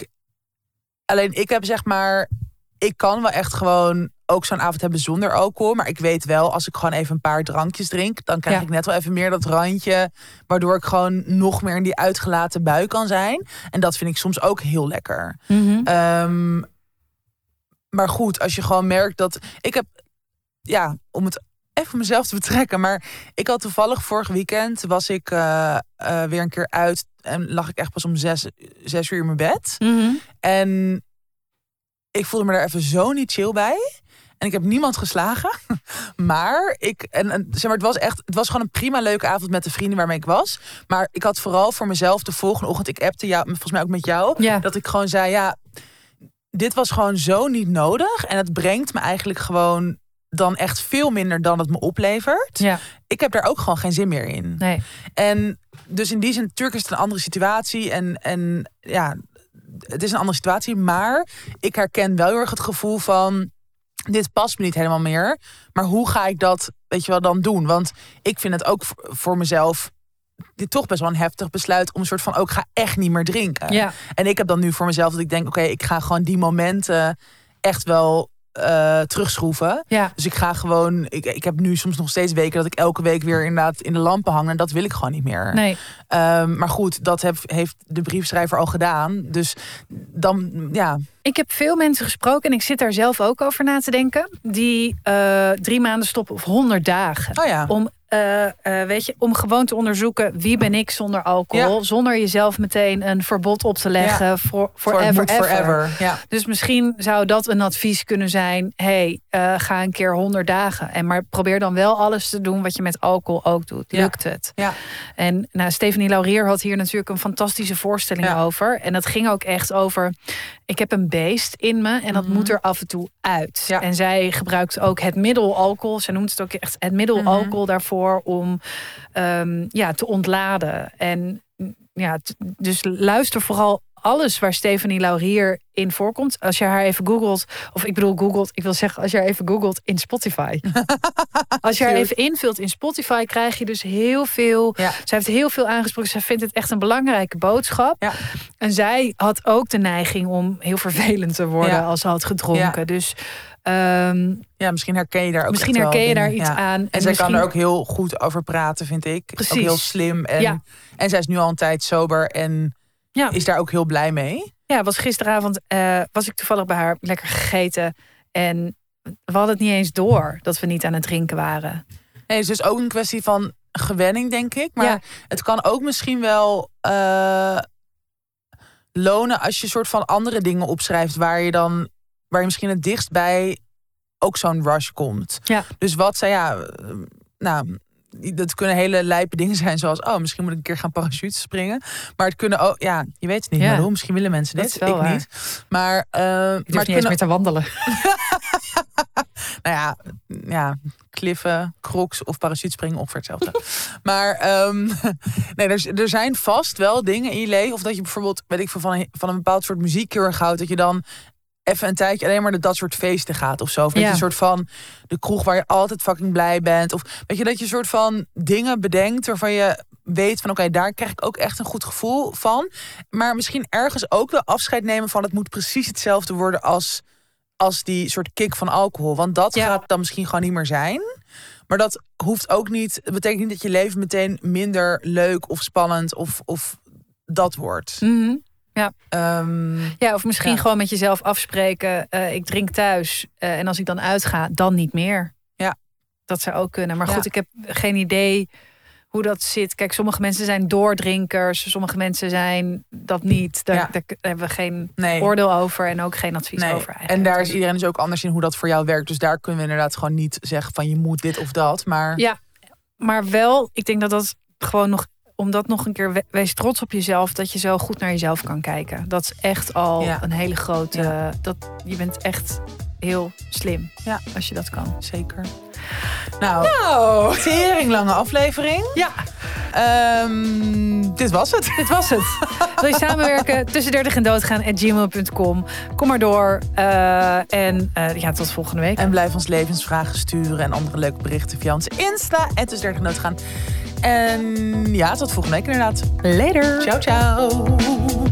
Speaker 2: Ik heb zeg maar... Ik kan wel echt gewoon ook zo'n avond hebben zonder alcohol. Maar ik weet wel, als ik gewoon even een paar drankjes drink... dan krijg ik net wel even meer dat randje... waardoor ik gewoon nog meer in die uitgelaten bui kan zijn. En dat vind ik soms ook heel lekker. Mm-hmm. Maar goed, als je gewoon merkt dat... Ik heb, om het even mezelf te betrekken... maar ik had toevallig vorig weekend... was ik weer een keer uit... en lag ik echt pas om 6 uur in mijn bed. Mm-hmm. En... ik voelde me daar even zo niet chill bij. En ik heb niemand geslagen. Maar het was gewoon een prima leuke avond met de vrienden waarmee ik was. Maar ik had vooral voor mezelf de volgende ochtend... ik appte jou, volgens mij ook met jou... dat ik gewoon zei, dit was gewoon zo niet nodig. En het brengt me eigenlijk gewoon dan echt veel minder dan het me oplevert. Ja. Ik heb daar ook gewoon geen zin meer in. Nee. En dus in die zin, natuurlijk is het een andere situatie. En het is een andere situatie. Maar ik herken wel heel erg het gevoel van... dit past me niet helemaal meer. Maar hoe ga ik dat, weet je wel, dan doen? Want ik vind het ook voor mezelf dit toch best wel een heftig besluit om een soort van ook ga echt niet meer drinken.
Speaker 1: Ja.
Speaker 2: En ik heb dan nu voor mezelf dat ik denk, oké, ik ga gewoon die momenten echt wel terugschroeven.
Speaker 1: Ja.
Speaker 2: Dus ik ga gewoon, ik heb nu soms nog steeds weken dat ik elke week weer inderdaad in de lampen hang. En dat wil ik gewoon niet meer.
Speaker 1: Nee.
Speaker 2: Maar goed, dat heeft de briefschrijver al gedaan. Dus dan, ja.
Speaker 1: Ik heb veel mensen gesproken en ik zit daar zelf ook over na te denken. Die 3 maanden stoppen of 100 dagen.
Speaker 2: Oh ja.
Speaker 1: Om gewoon te onderzoeken wie ben ik zonder alcohol.
Speaker 2: Ja.
Speaker 1: Zonder jezelf meteen een verbod op te leggen voor forever.
Speaker 2: Ja.
Speaker 1: Dus misschien zou dat een advies kunnen zijn. Ga een keer 100 dagen. Maar probeer dan wel alles te doen wat je met alcohol ook doet. Lukt het?
Speaker 2: Ja.
Speaker 1: En Stephanie Laurier had hier natuurlijk een fantastische voorstelling over. En dat ging ook echt over, ik heb een beest in me en dat moet er af en toe uit. Ja. En zij gebruikt ook het middel alcohol. Zij noemt het ook echt het middel alcohol daarvoor om te ontladen. En dus luister vooral alles waar Stephanie Laurier in voorkomt. Als je haar even googelt, als je haar even googelt in Spotify. Als je haar even invult in Spotify, krijg je dus heel veel. Ja. Zij heeft heel veel aangesproken. Zij vindt het echt een belangrijke boodschap. Ja. En zij had ook de neiging om heel vervelend te worden als ze had gedronken. Ja. Dus
Speaker 2: misschien herken je daar ook
Speaker 1: iets aan.
Speaker 2: En zij kan er ook heel goed over praten, vind ik.
Speaker 1: Precies.
Speaker 2: Ook heel slim. En zij is nu al een tijd sober en is daar ook heel blij mee.
Speaker 1: Ja, gisteravond was ik toevallig bij haar lekker gegeten. En we hadden het niet eens door dat we niet aan het drinken waren.
Speaker 2: Nee, het is dus ook een kwestie van gewenning, denk ik. Maar het kan ook misschien wel lonen als je soort van andere dingen opschrijft waar je misschien het dichtst bij ook zo'n rush komt. Ja. Dus wat zij, dat kunnen hele lijpe dingen zijn, zoals misschien moet ik een keer gaan parachute springen. Maar het kunnen ook, je weet het niet, Malou. Misschien willen mensen dit, ik waar. Niet. Maar
Speaker 1: ik durf niet eens meer te wandelen.
Speaker 2: kliffen, crocs of parachute springen, ongeveer hetzelfde. Maar er zijn vast wel dingen in je leven, of dat je bijvoorbeeld, weet ik veel, van een bepaald soort muziek heel erg houdt, dat je dan even een tijdje alleen maar naar dat soort feesten gaat of zo. Of dat je een soort van de kroeg waar je altijd fucking blij bent. Of weet je, dat je een soort van dingen bedenkt waarvan je weet van oké, daar krijg ik ook echt een goed gevoel van. Maar misschien ergens ook wel afscheid nemen van het moet precies hetzelfde worden als die soort kick van alcohol. Want dat gaat dan misschien gewoon niet meer zijn. Maar dat hoeft ook niet, dat betekent niet dat je leven meteen minder leuk of spannend of dat wordt.
Speaker 1: Mm-hmm. Ja. Of misschien gewoon met jezelf afspreken. Ik drink thuis en als ik dan uitga, dan niet meer. Ja. Dat zou ook kunnen. Maar goed, ik heb geen idee hoe dat zit. Kijk, sommige mensen zijn doordrinkers. Sommige mensen zijn dat niet. Daar hebben we geen oordeel over en ook geen advies over. Eigenlijk.
Speaker 2: En daar is iedereen dus ook anders in hoe dat voor jou werkt. Dus daar kunnen we inderdaad gewoon niet zeggen van je moet dit of dat. Maar
Speaker 1: ja, maar wel, ik denk dat gewoon nog, omdat nog een keer, wees trots op jezelf dat je zo goed naar jezelf kan kijken. Dat is echt al een hele grote. Je bent echt heel slim als je dat kan.
Speaker 2: Zeker. Nou. Teringlange aflevering.
Speaker 1: Ja.
Speaker 2: Dit was het.
Speaker 1: Wil je samenwerken? Tussen 30 en doodgaan @gmail.com. Kom maar door. Tot volgende week.
Speaker 2: En blijf ons levensvragen sturen en andere leuke berichten via onze Insta. En tussen 30 en doodgaan. En tot volgende week inderdaad.
Speaker 1: Later.
Speaker 2: Ciao, ciao.